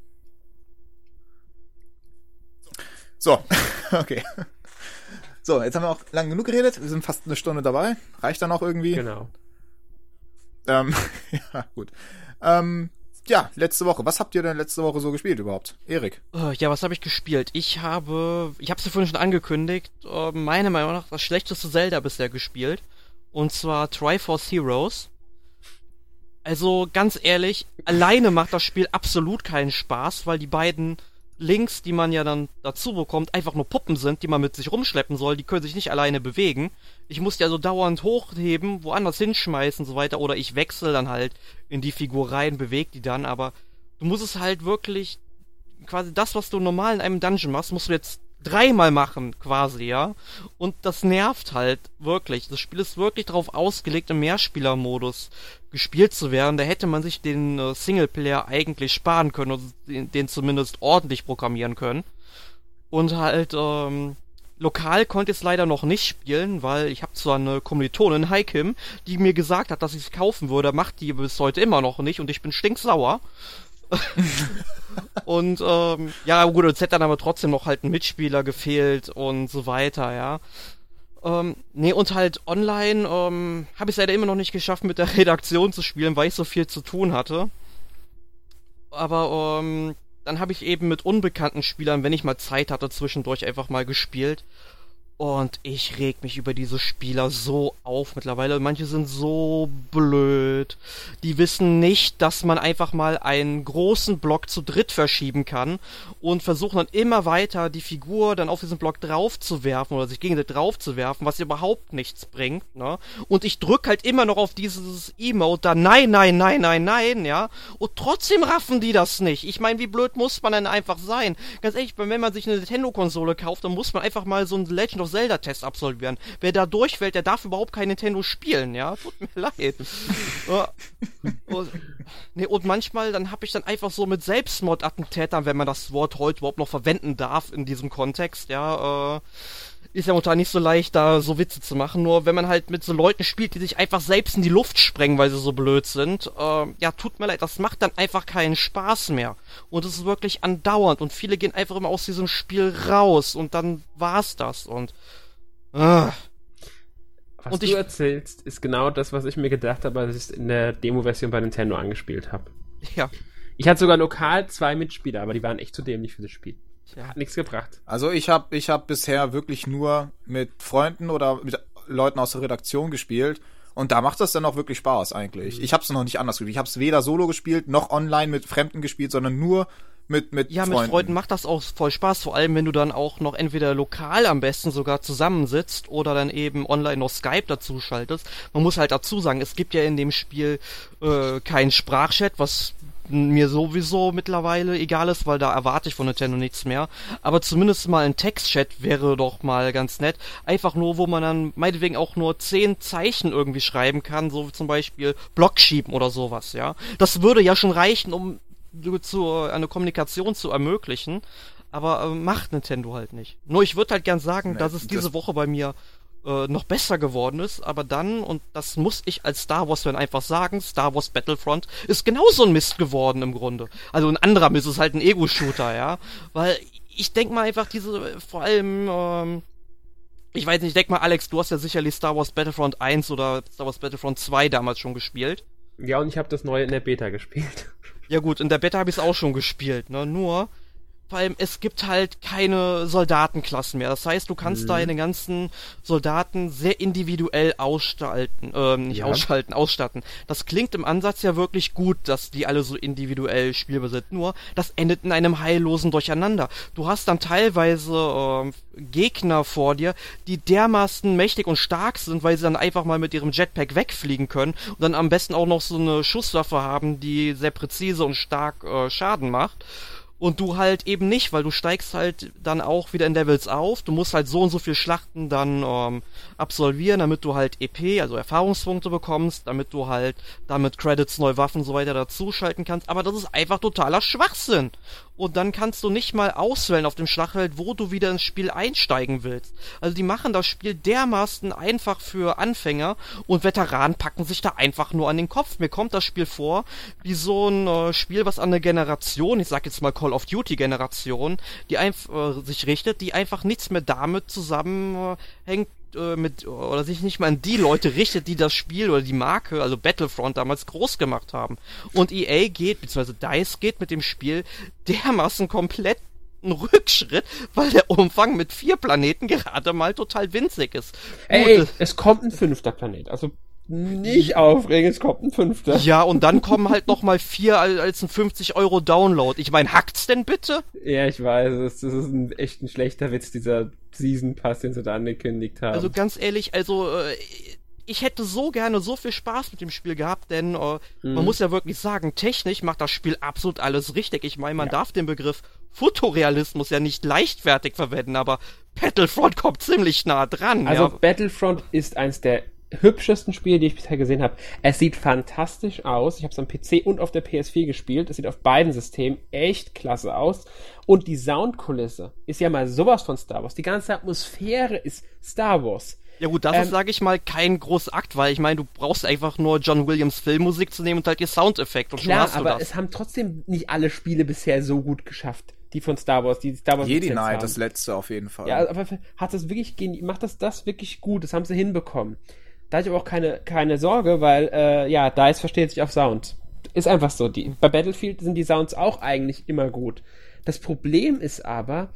So, okay. So, jetzt haben wir auch lang genug geredet, wir sind fast eine Stunde dabei, reicht dann auch irgendwie? Genau. Ja, gut. Ja, letzte Woche. Was habt ihr denn letzte Woche so gespielt überhaupt? Erik? Ja, was habe ich gespielt? Ich habe es ja vorhin schon angekündigt, meiner Meinung nach das schlechteste Zelda bisher gespielt. Und zwar Triforce Heroes. Also, ganz ehrlich, alleine macht das Spiel absolut keinen Spaß, weil die beiden Links, die man ja dann dazu bekommt, einfach nur Puppen sind, die man mit sich rumschleppen soll, die können sich nicht alleine bewegen. Ich muss die also dauernd hochheben, woanders hinschmeißen und so weiter, oder ich wechsle dann halt in die Figur rein, bewege die dann, aber du musst es halt wirklich, quasi das, was du normal in einem Dungeon machst, musst du jetzt 3-mal machen, quasi, ja. Und das nervt halt wirklich. Das Spiel ist wirklich darauf ausgelegt, im Mehrspielermodus gespielt zu werden. Da hätte man sich den Singleplayer eigentlich sparen können und den zumindest ordentlich programmieren können. Und halt, lokal konnte ich es leider noch nicht spielen, weil ich habe zwar eine Kommilitonin, Hi-Kim, die mir gesagt hat, dass ich es kaufen würde, macht die bis heute immer noch nicht und ich bin stinksauer. Und ja gut, jetzt hätte dann aber trotzdem noch halt ein Mitspieler gefehlt und so weiter, ja. Nee, und halt online habe ich es leider immer noch nicht geschafft, mit der Redaktion zu spielen, weil ich so viel zu tun hatte. Aber dann habe ich eben mit unbekannten Spielern, wenn ich mal Zeit hatte, zwischendurch einfach mal gespielt. Und ich reg mich über diese Spieler so auf mittlerweile. Manche sind so blöd. Die wissen nicht, dass man einfach mal einen großen Block zu dritt verschieben kann und versuchen dann immer weiter die Figur dann auf diesen Block draufzuwerfen oder sich gegenseitig draufzuwerfen, was überhaupt nichts bringt, ne? Und ich drück halt immer noch auf dieses Emote da, nein, nein, nein, nein, nein, ja? Und trotzdem raffen die das nicht. Ich meine, wie blöd muss man denn einfach sein? Ganz ehrlich, wenn man sich eine Nintendo-Konsole kauft, dann muss man einfach mal so ein Legend of Zelda-Test absolvieren. Wer da durchfällt, der darf überhaupt kein Nintendo spielen, ja? Tut mir leid. Und manchmal, dann hab ich dann einfach so mit Selbstmordattentätern, wenn man das Wort heute überhaupt noch verwenden darf in diesem Kontext, ja, ist ja momentan nicht so leicht, da so Witze zu machen, nur wenn man halt mit so Leuten spielt, die sich einfach selbst in die Luft sprengen, weil sie so blöd sind, ja, tut mir leid, das macht dann einfach keinen Spaß mehr. Und es ist wirklich andauernd und viele gehen einfach immer aus diesem Spiel raus und dann war's das und Was und du erzählst, ist genau das, was ich mir gedacht habe, als ich es in der Demo-Version bei Nintendo angespielt habe. Ja. Ich hatte sogar lokal 2 Mitspieler, aber die waren echt zu dämlich für das Spiel. Hat nichts gebracht. Also ich hab bisher wirklich nur mit Freunden oder mit Leuten aus der Redaktion gespielt und da macht das dann auch wirklich Spaß eigentlich. Ich hab's noch nicht anders gespielt. Ich hab's weder solo gespielt, noch online mit Fremden gespielt, sondern nur mit Freunden. Ja, mit Freunden macht das auch voll Spaß, vor allem wenn du dann auch noch entweder lokal am besten sogar zusammensitzt oder dann eben online noch Skype dazu schaltest. Man muss halt dazu sagen, es gibt ja in dem Spiel keinen Sprachchat, was mir sowieso mittlerweile egal ist, weil da erwarte ich von Nintendo nichts mehr. Aber zumindest mal ein Textchat wäre doch mal ganz nett. Einfach nur, wo man dann meinetwegen auch nur 10 Zeichen irgendwie schreiben kann, so wie zum Beispiel Block schieben oder sowas, ja. Das würde ja schon reichen, um eine Kommunikation zu ermöglichen. Aber macht Nintendo halt nicht. Nur ich würde halt gern sagen, dass es diese Woche bei mir noch besser geworden ist, aber dann, und das muss ich als Star Wars-Fan einfach sagen, Star Wars Battlefront ist genauso ein Mist geworden im Grunde. Also ein anderer Mist, ist halt ein Ego-Shooter, ja. Weil ich denk mal einfach vor allem, ich weiß nicht, ich denk mal, Alex, du hast ja sicherlich Star Wars Battlefront 1 oder Star Wars Battlefront 2 damals schon gespielt. Ja, und ich habe das neue in der Beta gespielt. Ja gut, in der Beta habe ich es auch schon gespielt, ne, nur vor allem, es gibt halt keine Soldatenklassen mehr. Das heißt, du kannst deine ganzen Soldaten sehr individuell ausstatten. Das klingt im Ansatz ja wirklich gut, dass die alle so individuell spielbar sind. Nur, das endet in einem heillosen Durcheinander. Du hast dann teilweise Gegner vor dir, die dermaßen mächtig und stark sind, weil sie dann einfach mal mit ihrem Jetpack wegfliegen können und dann am besten auch noch so eine Schusswaffe haben, die sehr präzise und stark Schaden macht. Und du halt eben nicht, weil du steigst halt dann auch wieder in Levels auf. Du musst halt so und so viel Schlachten dann absolvieren, damit du halt EP, also Erfahrungspunkte bekommst, damit du halt damit Credits, neue Waffen und so weiter dazuschalten kannst. Aber das ist einfach totaler Schwachsinn. Und dann kannst du nicht mal auswählen auf dem Schlachtfeld, wo du wieder ins Spiel einsteigen willst. Also die machen das Spiel dermaßen einfach für Anfänger und Veteranen packen sich da einfach nur an den Kopf. Mir kommt das Spiel vor wie so ein Spiel, was an eine Generation, ich sag jetzt mal Call of Duty Generation, die sich richtet, die einfach nichts mehr damit zusammenhängt, oder sich nicht mal an die Leute richtet, die das Spiel oder die Marke, also Battlefront damals groß gemacht haben. Und EA beziehungsweise DICE geht mit dem Spiel dermaßen komplett einen Rückschritt, weil der Umfang mit 4 Planeten gerade mal total winzig ist. Ey, es kommt ein 5. Planet, also nicht aufregen, es kommt ein 5. Ja, und dann kommen halt noch mal 4 als ein 50€ Download. Ich meine, hackt's denn bitte? Ja, ich weiß, das ist echt ein schlechter Witz, dieser Season Pass, den sie da angekündigt haben. Also ganz ehrlich, ich hätte so gerne so viel Spaß mit dem Spiel gehabt, denn man muss ja wirklich sagen, technisch macht das Spiel absolut alles richtig. Ich meine, man darf den Begriff Fotorealismus ja nicht leichtfertig verwenden, aber Battlefront kommt ziemlich nah dran. Also Battlefront ist eins der hübschesten Spiele, die ich bisher gesehen habe. Es sieht fantastisch aus. Ich habe es am PC und auf der PS4 gespielt. Es sieht auf beiden Systemen echt klasse aus. Und die Soundkulisse ist ja mal sowas von Star Wars. Die ganze Atmosphäre ist Star Wars. Ja gut, das ist, sage ich mal, kein großer Akt, weil ich meine, du brauchst einfach nur John Williams Filmmusik zu nehmen und halt die Soundeffekte und klar, schon hast du das. Aber es haben trotzdem nicht alle Spiele bisher so gut geschafft, die von Star Wars, die Star Wars Jedi Knight, das letzte auf jeden Fall. Ja, aber hat das wirklich, macht das wirklich gut, das haben sie hinbekommen. Da hatte ich aber auch keine Sorge, weil, DICE versteht sich auf Sound. Ist einfach so. Bei Battlefield sind die Sounds auch eigentlich immer gut. Das Problem ist aber,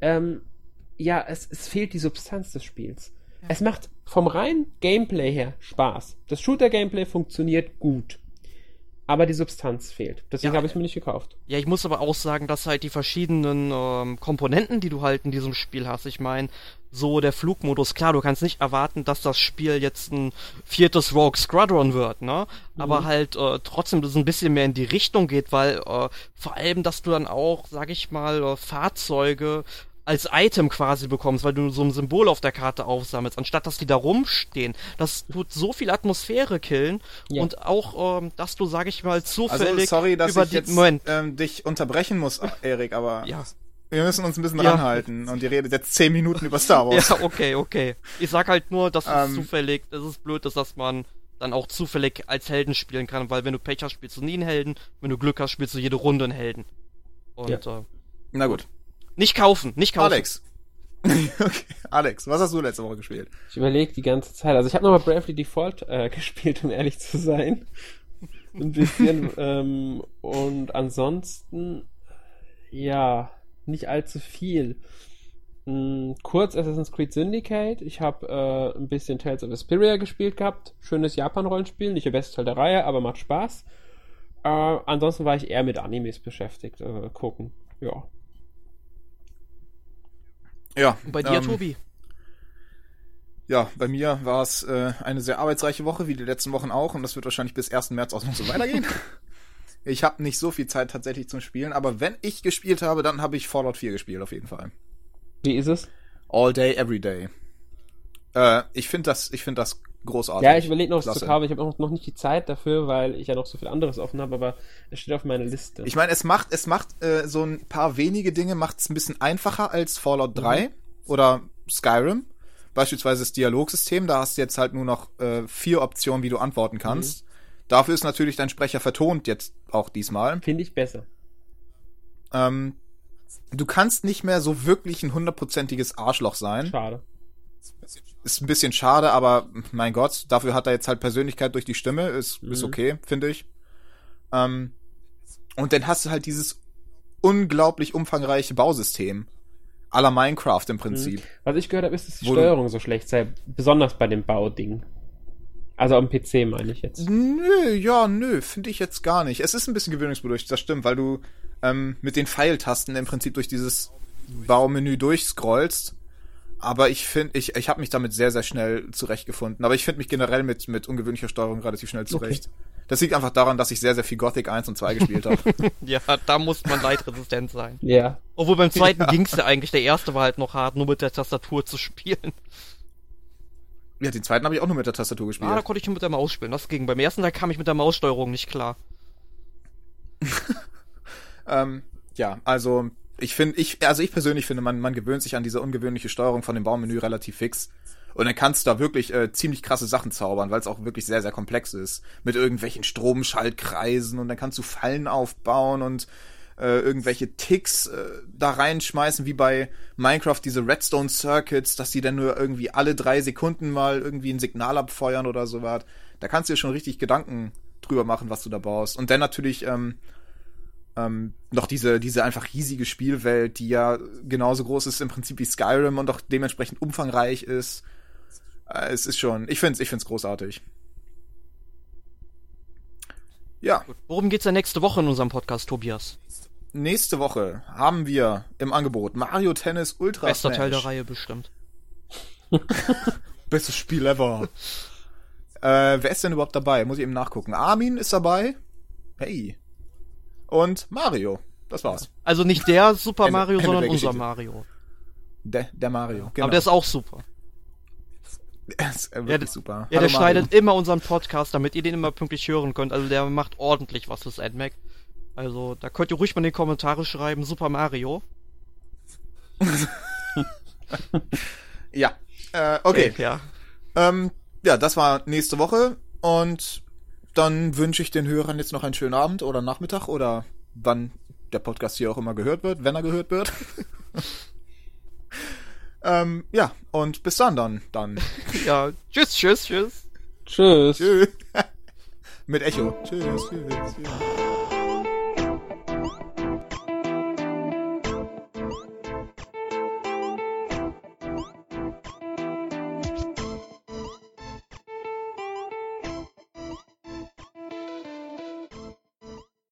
es fehlt die Substanz des Spiels. Ja. Es macht vom reinen Gameplay her Spaß. Das Shooter-Gameplay funktioniert gut. Aber die Substanz fehlt. Deswegen habe ich es mir nicht gekauft. Ja, ich muss aber auch sagen, dass halt die verschiedenen Komponenten, die du halt in diesem Spiel hast, ich meine, so der Flugmodus, klar, du kannst nicht erwarten, dass das Spiel jetzt ein 4. Rogue Squadron wird, ne? Aber halt trotzdem, dass es ein bisschen mehr in die Richtung geht, weil vor allem, dass du dann auch, sag ich mal, Fahrzeuge als Item quasi bekommst, weil du so ein Symbol auf der Karte aufsammelst, anstatt dass die da rumstehen. Das tut so viel Atmosphäre killen und auch, dass du, sag ich mal, zufällig also, sorry, dass über ich jetzt dich unterbrechen muss, Erik, aber wir müssen uns ein bisschen ranhalten und ihr redet jetzt 10 Minuten über Star Wars. Ja, okay. Ich sag halt nur, dass es zufällig, dass es blöd ist, dass man dann auch zufällig als Helden spielen kann, weil wenn du Pech hast, spielst du nie einen Helden, wenn du Glück hast, spielst du jede Runde einen Helden. Und, na gut. Nicht kaufen. Alex. Okay. Alex, was hast du letzte Woche gespielt? Ich überlege die ganze Zeit. Also ich habe nochmal Bravely Default gespielt, um ehrlich zu sein. Ein bisschen. Und ansonsten, nicht allzu viel. Kurz Assassin's Creed Syndicate. Ich habe ein bisschen Tales of Vesperia gespielt gehabt. Schönes Japan-Rollenspiel. Nicht der beste Teil der Reihe, aber macht Spaß. Ansonsten war ich eher mit Animes beschäftigt. Gucken. Ja. Ja. Und bei dir, Tobi? Ja, bei mir war es eine sehr arbeitsreiche Woche, wie die letzten Wochen auch, und das wird wahrscheinlich bis 1. März auch noch so weitergehen. Ich habe nicht so viel Zeit tatsächlich zum Spielen, aber wenn ich gespielt habe, dann habe ich Fallout 4 gespielt, auf jeden Fall. Wie ist es? All day, every day. Ich finde das großartig. Ja, ich überlege noch, was zu kaufen. Ich habe noch nicht die Zeit dafür, weil ich ja noch so viel anderes offen habe, aber es steht auf meiner Liste. Ich meine, es macht so ein paar wenige Dinge macht es ein bisschen einfacher als Fallout 3 oder Skyrim. Beispielsweise das Dialogsystem, da hast du jetzt halt nur noch 4 Optionen, wie du antworten kannst. Dafür ist natürlich dein Sprecher vertont jetzt auch diesmal. Finde ich besser. Du kannst nicht mehr so wirklich ein 100%iges Arschloch sein. Schade. Ist ein bisschen schade, aber mein Gott, dafür hat er jetzt halt Persönlichkeit durch die Stimme. Ist okay, finde ich. Und dann hast du halt dieses unglaublich umfangreiche Bausystem. À la Minecraft im Prinzip. Was ich gehört habe, ist, dass die Steuerung so schlecht sei. Besonders bei dem Bauding. Also am PC meine ich jetzt. Nö, finde ich jetzt gar nicht. Es ist ein bisschen gewöhnungsbedürftig, das stimmt, weil du mit den Pfeiltasten im Prinzip durch dieses Baumenü durchscrollst. Aber ich finde, ich habe mich damit sehr, sehr schnell zurechtgefunden. Aber ich finde mich generell mit ungewöhnlicher Steuerung relativ schnell zurecht. Das liegt einfach daran, dass ich sehr, sehr viel Gothic 1 und 2 gespielt habe. Ja, da muss man leidresistent sein. Ja. Obwohl beim zweiten ging's ja eigentlich, der erste war halt noch hart, nur mit der Tastatur zu spielen. Ja, den zweiten habe ich auch nur mit der Tastatur gespielt. Da konnte ich nur mit der Maus spielen, das ging. Beim ersten, da kam ich mit der Maussteuerung nicht klar. Ja, also ich persönlich finde, man gewöhnt sich an diese ungewöhnliche Steuerung von dem Baumenü relativ fix. Und dann kannst du da wirklich ziemlich krasse Sachen zaubern, weil es auch wirklich sehr, sehr komplex ist. Mit irgendwelchen Stromschaltkreisen und dann kannst du Fallen aufbauen und irgendwelche Ticks da reinschmeißen, wie bei Minecraft diese Redstone Circuits, dass die dann nur irgendwie alle 3 Sekunden mal irgendwie ein Signal abfeuern oder sowas. Da kannst du dir schon richtig Gedanken drüber machen, was du da baust. Und dann natürlich noch diese einfach riesige Spielwelt, die ja genauso groß ist im Prinzip wie Skyrim und auch dementsprechend umfangreich ist. Es ist schon, ich find's großartig. Ja. Worum geht's denn nächste Woche in unserem Podcast, Tobias? Nächste Woche haben wir im Angebot Mario Tennis Ultra Bester Smash. Teil der Reihe bestimmt. Bestes Spiel ever. Wer ist denn überhaupt dabei? Muss ich eben nachgucken. Armin ist dabei. Hey. Und Mario. Das war's. Also nicht der Super Mario, Ende sondern der unser Geschichte. Mario. Der Mario, genau. Aber der ist auch super. Der ist wirklich super. Ja, Hallo, der Mario. schneidet immer unseren Podcast, damit ihr den immer pünktlich hören könnt. Also der macht ordentlich was fürs AdMac. Also da könnt ihr ruhig mal in die Kommentare schreiben, Super Mario. Ja. Okay. Ja. Ja, das war nächste Woche und dann wünsche ich den Hörern jetzt noch einen schönen Abend oder Nachmittag oder wann der Podcast hier auch immer gehört wird, wenn er gehört wird. Ja, und bis dann. Ja, tschüss. Tschüss. Tschüss. Mit Echo. Tschüss.